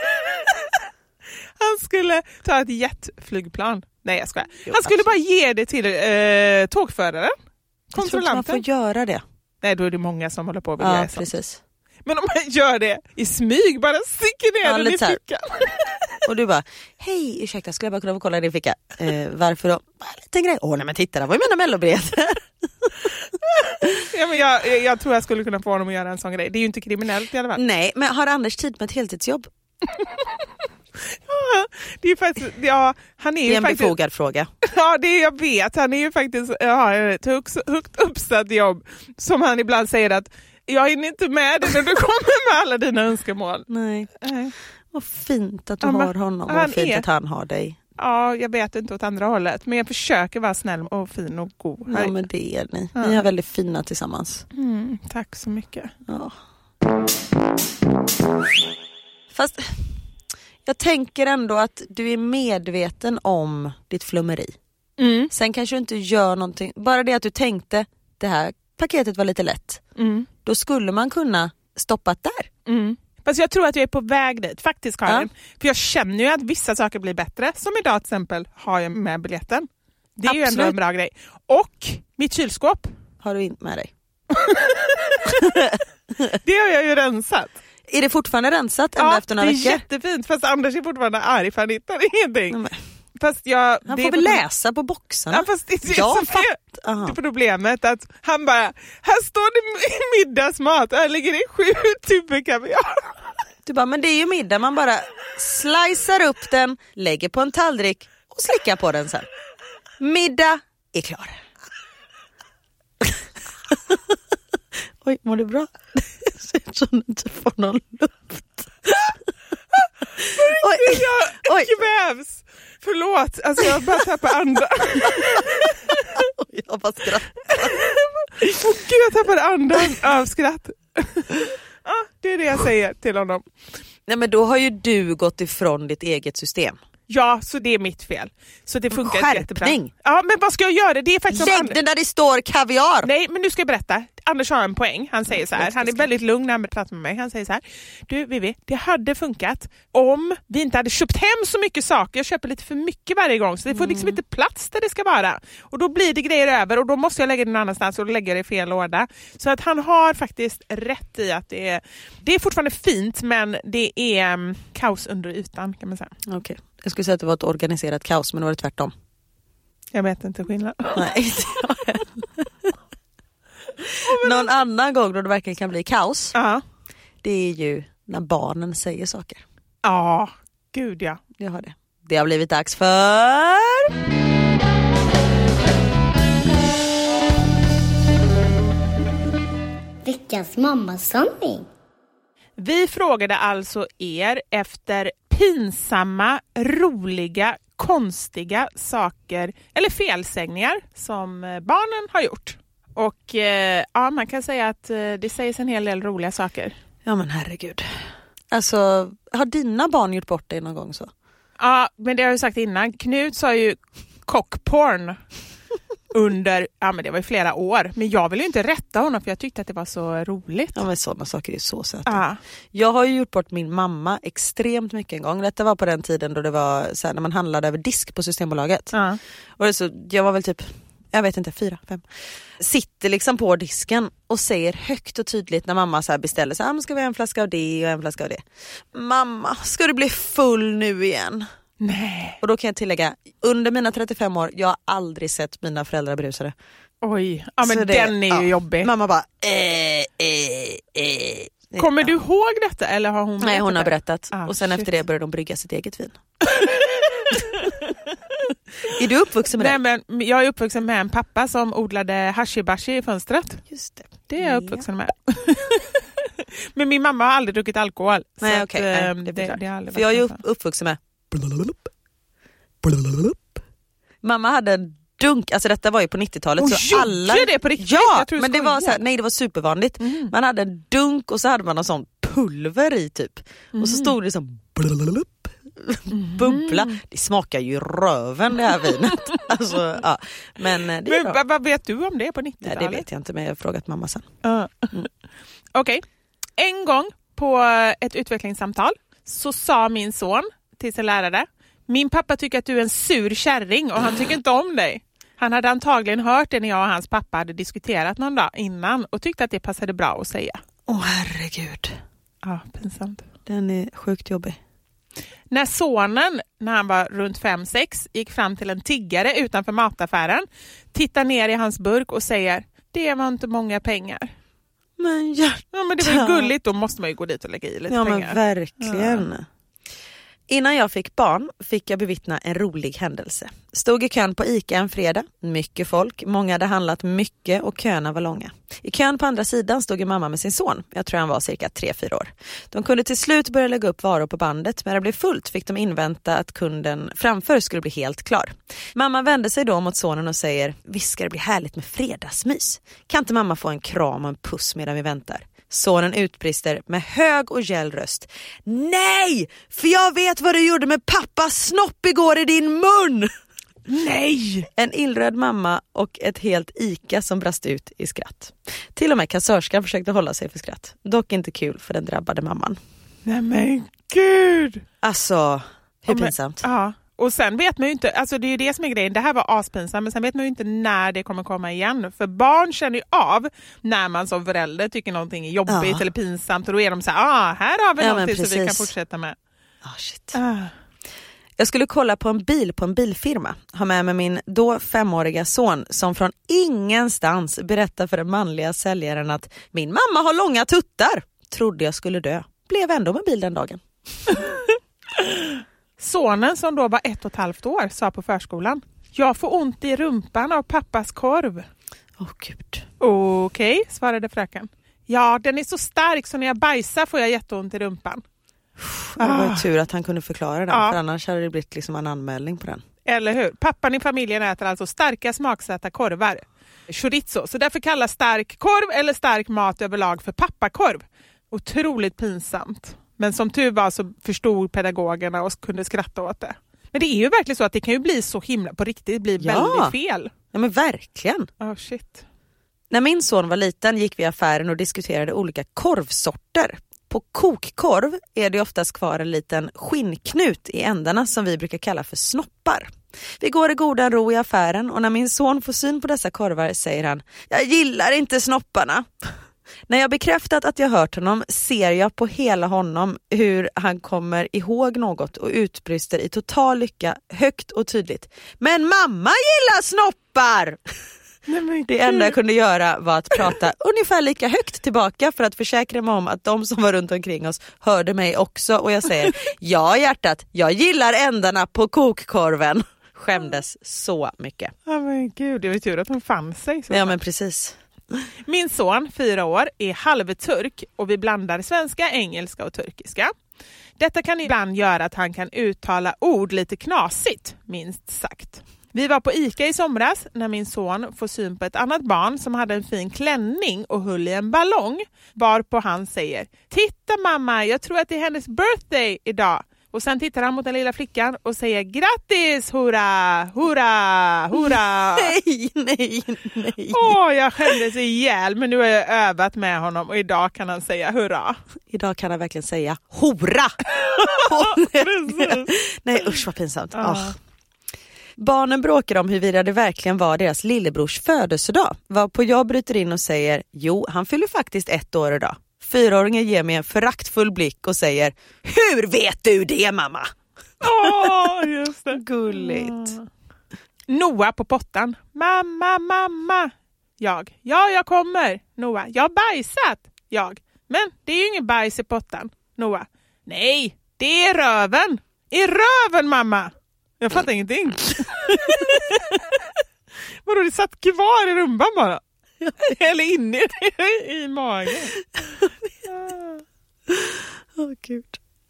Han skulle ta ett jetflygplan. Nej, jag skojar. Han skulle bara ge det till eh, tågföraren. Kontrollanten. Man får göra det. Nej, då är det många som håller på att Ja, göra precis. Men om man gör det i smyg, bara sticker ner Ja, den i lite så här. fickan. Och du bara, hej, ursäkta, skulle jag bara kunna få kolla i din ficka? Eh, varför då? Bara en liten grej. Åh, nej men titta, det var ju mina mellobiljetter. Ja, men jag, jag, jag tror jag skulle kunna få honom att göra en sån grej. Det är ju inte kriminellt i alla fall. Nej, men har Anders tid med ett heltidsjobb? Ja, det är faktiskt, ja, han är Det är ju en faktiskt, befogad fråga. Ja, det är, jag vet. Han är ju faktiskt har ett högt, högt uppsatt jobb som han ibland säger att jag är inte med dig när du kommer med alla dina önskemål. Nej. Nej. Vad fint att du Ja, men har honom. han Vad fint är- att han har dig. Ja, jag vet inte åt andra hållet. Men jag försöker vara snäll och fin och god. Ja, men det är ni. Ja. Ni är väldigt fina tillsammans. Mm, tack så mycket. Ja. Fast jag tänker ändå att du är medveten om ditt flummeri. Mm. Sen kanske du inte gör någonting. Bara det att du tänkte, det här paketet var lite lätt. Mm. Då skulle man kunna stoppa där. Mm. Fast jag tror att jag är på väg dit, faktiskt Karin. Ja. För jag känner ju att vissa saker blir bättre. Som idag till exempel har jag med biljetten. Det är ju ändå Absolut. en bra grej. Och mitt kylskåp, Har du inte med dig? det har jag ju rensat. Är det fortfarande rensat ända efter några det är veckor? jättefint. Fast Anders är fortfarande arg för han hittar ingenting. Nej, men Fast jag, han det får är väl fortfarande- läsa på boxarna. Ja, fast det är Jag som fatt- är Aha. det problemet att han bara, här står det middagsmat, här ligger det sju tuber kaviar. Du bara, men det är ju middag. Man bara slicear upp den, lägger på en tallrik och slickar på den sen. Middag är klar. Oj, mår du bra? Det ser ut som du inte får någon luft. Oj, Jag oj. kvävs. Förlåt, alltså jag bara tappar andan. Oj, jag bara skrattar. Åh gud, jag tappar andan av skratt. Ja, det är det jag säger till honom. Nej, men då har ju du gått ifrån ditt eget system. Ja, så det är mitt fel. Så det funkar Skärpning. jättebra. Ja, men vad ska jag göra? Det är faktiskt som Lägg Anders- den där det står kaviar. Nej, men nu ska jag berätta. Anders har en poäng. Han säger så här. Han är väldigt lugn när han pratar med mig. Han säger så här. Du, Vivi, det hade funkat om vi inte hade köpt hem så mycket saker. Jag köper lite för mycket varje gång. Så det får liksom inte plats där det ska vara. Och då blir det grejer över. Och då måste jag lägga det någon annanstans. Och då lägger jag det i fel låda. Så att han har faktiskt rätt i att det är... Det är fortfarande fint, men det är um, kaos under ytan, kan man säga. Okej. Jag skulle säga att det var ett organiserat kaos, men det var det tvärtom. Jag vet inte skillnad. Nej, inte jag heller. Någon annan gång då det verkligen kan bli kaos, Ja. det är ju när barnen säger saker. Ja, gud ja. Jag har det. Det har blivit dags för... Veckans mammasanning. Vi frågade alltså er efter pinsamma, roliga, konstiga saker eller felsägningar som barnen har gjort. Och eh, ja, man kan säga att eh, det sägs en hel del roliga saker. Ja men herregud. Alltså, har dina barn gjort bort dig någon gång så? Ja, men det har jag ju sagt innan. Knut sa ju cockporn under, ja men det var ju flera år. Men jag ville ju inte rätta honom för jag tyckte att det var så roligt. Ja men sådana saker är så söta. Ja. Jag har ju gjort bort min mamma extremt mycket en gång. Detta var på den tiden då det var så här, när man handlade över disk på Systembolaget. Ja. Och det så, jag var väl typ, jag vet inte, fyra, fem. Sitter liksom på disken och säger högt och tydligt när mamma så här beställer så här, ah, ska vi ha en flaska av det och en flaska av det. Mamma, ska du bli full nu igen? Nej. Och då kan jag tillägga, under mina trettiofem år, jag har aldrig sett mina föräldrar brusade. Oj, ja men det, den är ju ja. jobbig. Mamma bara, eh, eh, eh. Kommer ja. du ihåg detta eller har hon berättat? Nej, hon har berättat. Ah, och sen shit. efter det började de brygga sitt eget vin. Är du uppvuxen med det? Nej, men jag är uppvuxen med en pappa som odlade hashibashi i fönstret. Just det. Det är jag uppvuxen med. Men min mamma har aldrig druckit alkohol. Nej, okej. Okay. Att, Nej, det, det, det har aldrig För jag är ju varit uppvuxen med mamma hade en dunk, alltså detta var ju på nittiotalet. Och så alla det på riktigt? Ja, men det var så här, nej det var supervanligt. Mm. Man hade en dunk och så hade man någon sån pulver i typ. Mm. Och så stod det som bubbla. Mm. Det smakar ju röven det här vinet. Alltså, ja. Men, det men vad, vad vet du om det på nittiotalet? Nej, det vet jag inte, men jag har frågat mamma sen. Uh. Mm. Okej. Okay. En gång på ett utvecklingssamtal så sa min son till sin lärare: min pappa tycker att du är en sur kärring och han tycker inte om dig. Han hade antagligen hört det när jag och hans pappa hade diskuterat någon dag innan och tyckte att det passade bra att säga. Åh oh, herregud. Ja, pinsamt. Den är sjukt jobbig. När sonen, när han var runt fem sex, gick fram till en tiggare utanför mataffären, tittar ner i hans burk och säger: det var inte många pengar. Men hjärta. Ja, men det var ju gulligt, då måste man ju gå dit och lägga i lite ja, pengar. Ja, men verkligen. Ja. Innan jag fick barn fick jag bevittna en rolig händelse. Stod i kön på ICA en fredag. Mycket folk. Många hade handlat mycket och köerna var långa. I kön på andra sidan stod en mamma med sin son. Jag tror han var cirka tre fyra år. De kunde till slut börja lägga upp varor på bandet. Men när det blev fullt fick de invänta att kunden framför skulle bli helt klar. Mamma vände sig då mot sonen och säger: visst ska det bli härligt med fredagsmys. Kan inte mamma få en kram och en puss medan vi väntar? Sonen utbrister med hög och gäll röst: nej! För jag vet vad du gjorde med pappas snopp igår i din mun! Nej! En illröd mamma och ett helt ICA som brast ut i skratt. Till och med kassörskan försökte hålla sig för skratt. Dock inte kul för den drabbade mamman. Nej men gud! Alltså, hur ja, men, pinsamt? Ja. Och sen vet man ju inte, alltså det är ju det som är grejen, det här var aspinsamt, men sen vet man ju inte när det kommer komma igen. För barn känner ju av när man som förälder tycker någonting är jobbigt ja. eller pinsamt, och då är de så här: ah, här har vi ja, någonting så vi kan fortsätta med. Oh, shit. Ah. Jag skulle kolla på en bil på en bilfirma. Ha med mig min då femåriga son som från ingenstans berättar för den manliga säljaren att min mamma har långa tuttar. Trodde jag skulle dö. Blev ändå med bil den dagen. Sonen som då var ett och ett halvt år sa på förskolan: jag får ont i rumpan av pappas korv. Åh oh, gud. Okej, okay, svarade fröken. Ja, den är så stark så när jag bajsar får jag jätteont i rumpan. Det var ju tur att han kunde förklara den, ja. För annars hade det blivit liksom en anmälning på den. Eller hur? Pappan i familjen äter alltså starka smaksatta korvar. Chorizo. Så därför kallas stark korv eller stark mat överlag för pappakorv. Otroligt pinsamt. Men som tur var så förstod pedagogerna och kunde skratta åt det. Men det är ju verkligen så att det kan ju bli så himla på riktigt, bli ja. väldigt fel. Ja men verkligen. Oh shit. När min son var liten gick vi i affären och diskuterade olika korvsorter. På kokkorv är det oftast kvar en liten skinnknut i ändarna som vi brukar kalla för snoppar. Vi går i goda ro i affären och när min son får syn på dessa korvar säger han: jag gillar inte snopparna. När jag bekräftat att jag hört honom ser jag på hela honom hur han kommer ihåg något och utbrister i total lycka högt och tydligt: men mamma gillar snoppar! Nej, det enda jag kunde göra var att prata ungefär lika högt tillbaka för att försäkra mig om att de som var runt omkring oss hörde mig också. Och jag säger: ja hjärtat, jag gillar ändarna på kokkorven. Skämdes så mycket. Ja oh, men gud, det var tur att hon fann sig. Så ja men precis. Min son, fyra år, är halvturk och vi blandar svenska, engelska och turkiska. Detta kan ibland göra att han kan uttala ord lite knasigt, minst sagt. Vi var på Ica i somras när min son får syn på ett annat barn som hade en fin klänning och höll i en ballong. Varpå han säger, titta mamma, jag tror att det är hennes birthday idag. Och sen tittar han mot den lilla flickan och säger, grattis, hurra, hurra, hurra. Nej, nej, nej. Åh, jag skämdes ihjäl, men nu har jag övat med honom och idag kan han säga hurra. Idag kan han verkligen säga hora. Nej, usch vad pinsamt. Ja. Oh. Barnen bråkar om huruvida det verkligen var deras lillebrors födelsedag. Varpå jag bryter in och säger, jo, han fyller faktiskt ett år idag. Fyraåringen ger mig en föraktfull blick och säger, hur vet du det, mamma? Åh, just det. Gulligt. Noah på pottan. Mamma, mamma. Jag. Ja, jag kommer. Noah. Jag har bajsat. Jag. Men det är ju ingen bajs i pottan. Noah. Nej, det är röven. I röven, mamma. Jag fattar ingenting. Vadå, det satt kvar i rumban bara? Eller inne i magen. Åh, oh, gud.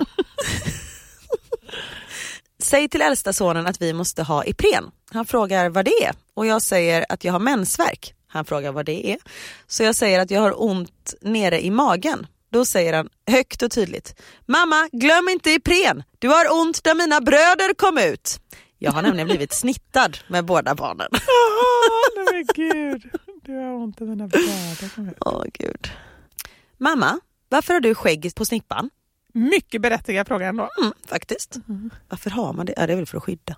Säg till äldsta sonen att vi måste ha Ipren. Han frågar vad det är. Och jag säger att jag har mensvärk. Han frågar vad det är. Så jag säger att jag har ont nere i magen. Då säger han högt och tydligt, mamma, glöm inte Ipren. Du har ont där mina bröder kom ut. Jag har nämligen blivit snittad med båda barnen. Åh, oh, men gud. Du har ont i mina bröder kom ut. Åh, oh, gud. Mamma, varför har du skägg på snippan? Mycket berättigad fråga ändå. Mm, faktiskt. Mm. Varför har man det? Ja, det är väl för att skydda.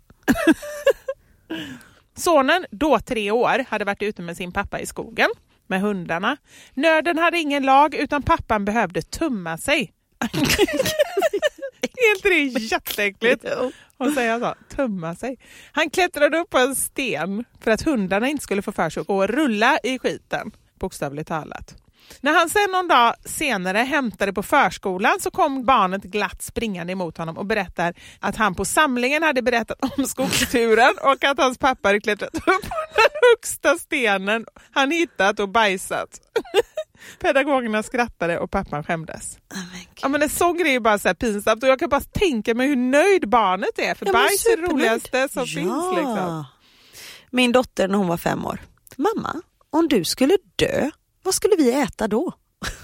Sonen, då tre år, hade varit ute med sin pappa i skogen med hundarna. Nörden hade ingen lag utan pappan behövde tumma sig. Helt det är jätteäckligt. Hon säger så, tumma sig. Han klättrade upp på en sten för att hundarna inte skulle få för sig att rulla i skiten, bokstavligt talat. När han sen någon dag senare hämtade på förskolan så kom barnet glatt springande emot honom och berättar att han på samlingen hade berättat om skogsturen och att hans pappa hade klättrat upp på den högsta stenen han hittat och bajsat. Pedagogerna skrattade och pappan skämdes. Oh, ja, men en sån grej är bara så här pinsamt och jag kan bara tänka mig hur nöjd barnet är för ja, bajs är det roligaste som ja. finns. Liksom. Min dotter när hon var fem år. Mamma, om du skulle dö, vad skulle vi äta då?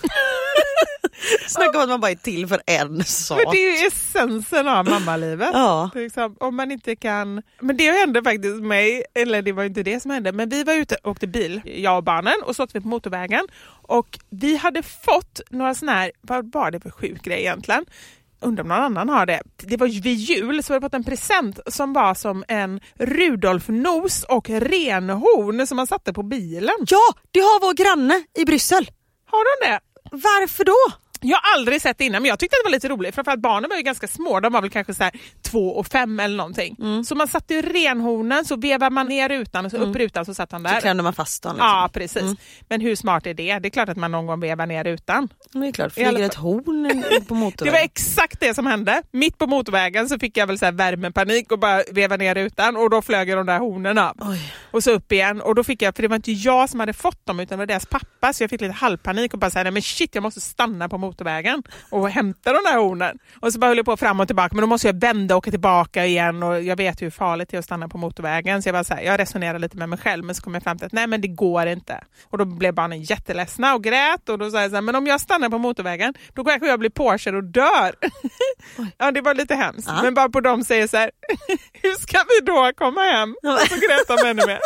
Snacka om att man bara är till för en sak. Men det är ju essensen av mammalivet. Ja. Liksom, om man inte kan... Men det hände faktiskt mig, eller det var inte det som hände, men vi var ute och åkte bil, jag och barnen, och så åkte vi på motorvägen. Och vi hade fått några såna här, vad var det för sjuk grej egentligen? Undrar om någon annan har det. Det var ju vid jul så vi hade fått en present som var som en Rudolf-nos och renhorn som man satte på bilen. Ja, det har vår granne i Bryssel. Har de det? Varför då? Jag har aldrig sett det innan, men jag tyckte det var lite roligt. Framförallt barnen var ju ganska små, de var väl kanske så här två och fem eller någonting. Mm. Så man satte ju renhornen, så vevar man ner rutan och så mm. upp rutan så satt han där. Så klämde man fast den. Liksom. Ja, precis. Mm. Men hur smart är det? Det är klart att man någon gång vevar ner rutan. Det är klart, flyger ett horn på motorvägen. Det var exakt det som hände. Mitt på motorvägen så fick jag väl så här värmepanik och bara veva ner rutan och då flög de där hornerna. Oj. Och så upp igen. Och då fick jag, för det var inte jag som hade fått dem utan det var deras pappa, så jag fick lite halvpanik och bara säga, nej men shit, jag måste stanna på motorvägen och hämta de där hornen. Och så bara höll jag på fram och tillbaka, men då måste jag vända och åka tillbaka igen och jag vet hur farligt det är att stanna på motorvägen. Så jag bara så här, jag resonerade lite med mig själv, men så kom jag fram till att nej men det går inte. Och då blev barnen jätteledsna och grät och då sa jag så här, men om jag stannar på motorvägen då kanske jag blir påkörd och dör. Ja, det var lite hemskt. Ja. Men bara på dem säger så här, hur ska vi då komma hem? Och så grät de ännu mer.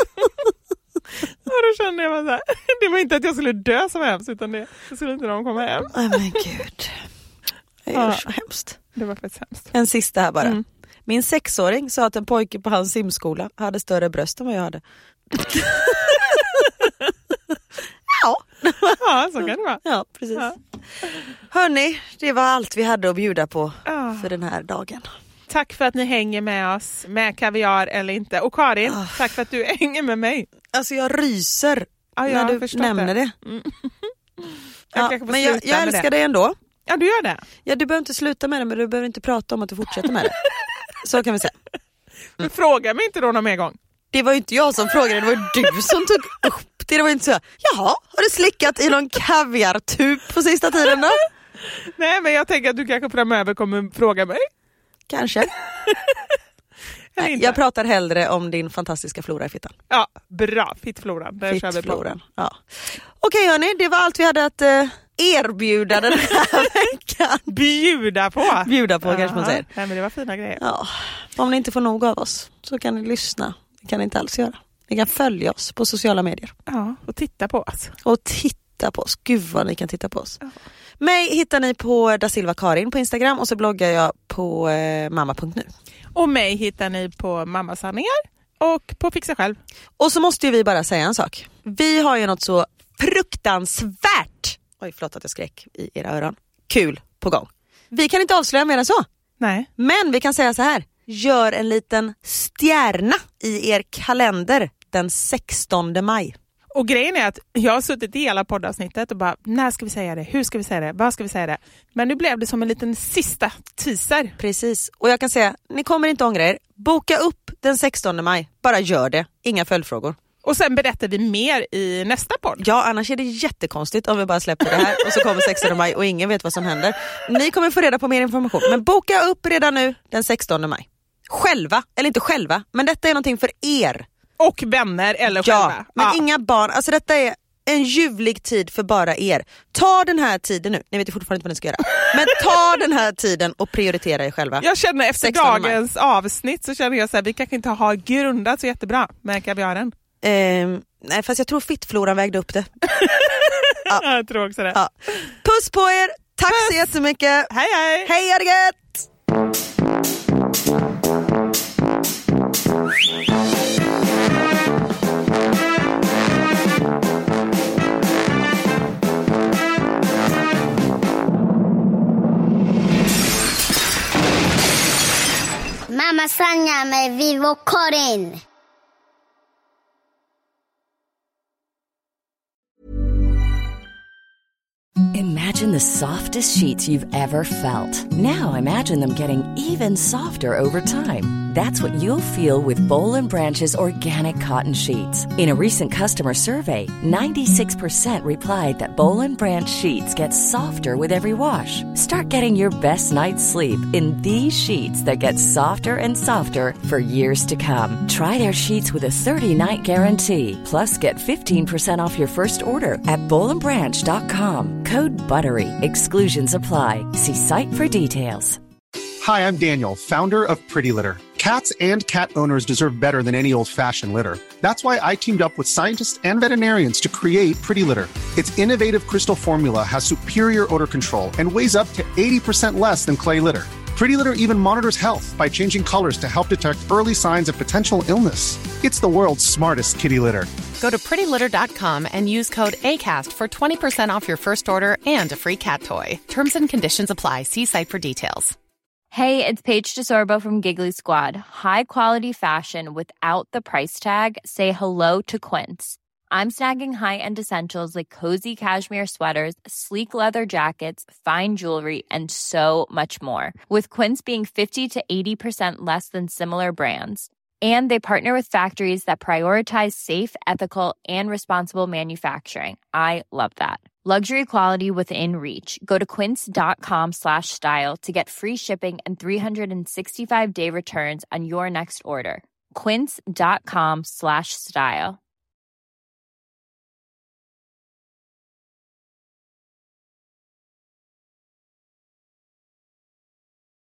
Och då kände jag bara så här, det var inte att jag skulle dö som hemskt utan det, det skulle inte de komma hem. Åh men gud. Det är så hemskt. Det var faktiskt hemskt. En sista här bara. Mm. Min sexåring sa att en pojke på hans simskola hade större bröst än vad jag hade. Ja. Ja, så kan det vara. Ja, precis. Ja. Hörrni, det var allt vi hade att bjuda på ja. för den här dagen. Tack för att ni hänger med oss, med kaviar eller inte. Och Karin, oh. tack för att du hänger med mig. Alltså jag ryser ja, när du nämner det. det. Mm. jag ja, men jag, jag älskar dig ändå. Ja, du gör det. Ja, du behöver inte sluta med det, men du behöver inte prata om att du fortsätter med det. Så kan vi säga. Mm. Fråga mig inte då någon mer gång. Det var ju inte jag som frågade, det var du som tog upp det. Det var inte så, jaha, har du slickat i någon kaviartub på sista tiden då? Nej, men jag tänker att du kanske framöver kommer fråga mig. Kanske. inte. Jag pratar hellre om din fantastiska flora i fittan. Ja, bra. Fittfloran. Där kör vi på. Ja. Okej hörni, det var allt vi hade att uh, erbjuda den här veckan. Bjuda på. Bjuda på, kanske man säger. Nej, men det var fina grejer. Ja. Om ni inte får nog av oss så kan ni lyssna. Det kan ni inte alls göra. Ni kan följa oss på sociala medier. Ja, och titta på oss. Och titta på oss. Gud vad ni kan titta på oss. Ja. Mig hittar ni på Da Silva Karin på Instagram och så bloggar jag på eh, mamma punkt nu. Och mig hittar ni på Mammasanningar och på Fixa Själv. Och så måste ju vi bara säga en sak. Vi har ju något så fruktansvärt, oj förlåt att jag skrek i era öron, kul på gång. Vi kan inte avslöja mer än så. Nej. Men vi kan säga så här. Gör en liten stjärna i er kalender den sextonde maj. Och grejen är att jag har suttit i hela poddavsnittet och bara, när ska vi säga det? Hur ska vi säga det? Vad ska vi säga det? Men nu blev det som en liten sista teaser. Precis. Och jag kan säga, ni kommer inte ångra er. Boka upp den sextonde maj. Bara gör det. Inga följdfrågor. Och sen berättar vi mer i nästa podd. Ja, annars är det jättekonstigt om vi bara släpper det här och så kommer sextonde maj och ingen vet vad som händer. Ni kommer få reda på mer information. Men boka upp redan nu den sextonde maj. Själva, eller inte själva, men detta är någonting för er. Och vänner eller ja, själva. Men ja. inga barn. Alltså detta är en ljuvlig tid för bara er. Ta den här tiden nu. Ni vet fortfarande inte vad ni ska göra. Men ta den här tiden och prioritera er själva. Jag känner efter dagens maj. avsnitt så känner jag så här, vi kanske inte har grundat så jättebra. Men kan vi ha den? Eh, nej, fast jag tror fittfloran vägde upp det. Ja. Jag tror också det. Ja. Puss på er. Tack Puss. Så jättemycket. Hej hej. Hej Arget. Mamma Sanja med Vivo Karin. Imagine the softest sheets you've ever felt. Now imagine them getting even softer over time. That's what you'll feel with Boll and Branch's organic cotton sheets. In a recent customer survey, ninety-six percent replied that Boll and Branch sheets get softer with every wash. Start getting your best night's sleep in these sheets that get softer and softer for years to come. Try their sheets with a thirty-night guarantee. Plus, get fifteen percent off your first order at boll and branch dot com. Code BUTTERY. Exclusions apply. See site for details. Hi, I'm Daniel, founder of Pretty Litter. Cats and cat owners deserve better than any old-fashioned litter. That's why I teamed up with scientists and veterinarians to create Pretty Litter. Its innovative crystal formula has superior odor control and weighs up to eighty percent less than clay litter. Pretty Litter even monitors health by changing colors to help detect early signs of potential illness. It's the world's smartest kitty litter. Go to pretty litter dot com and use code ACAST for twenty percent off your first order and a free cat toy. Terms and conditions apply. See site for details. Hey, it's Paige DeSorbo from Giggly Squad. High quality fashion without the price tag. Say hello to Quince. I'm snagging high-end essentials like cozy cashmere sweaters, sleek leather jackets, fine jewelry, and so much more. With Quince being fifty to eighty percent less than similar brands. And they partner with factories that prioritize safe, ethical, and responsible manufacturing. I love that. Luxury quality within reach. Go to quince dot com slash style to get free shipping and three sixty-five day returns on your next order. quince dot com slash style.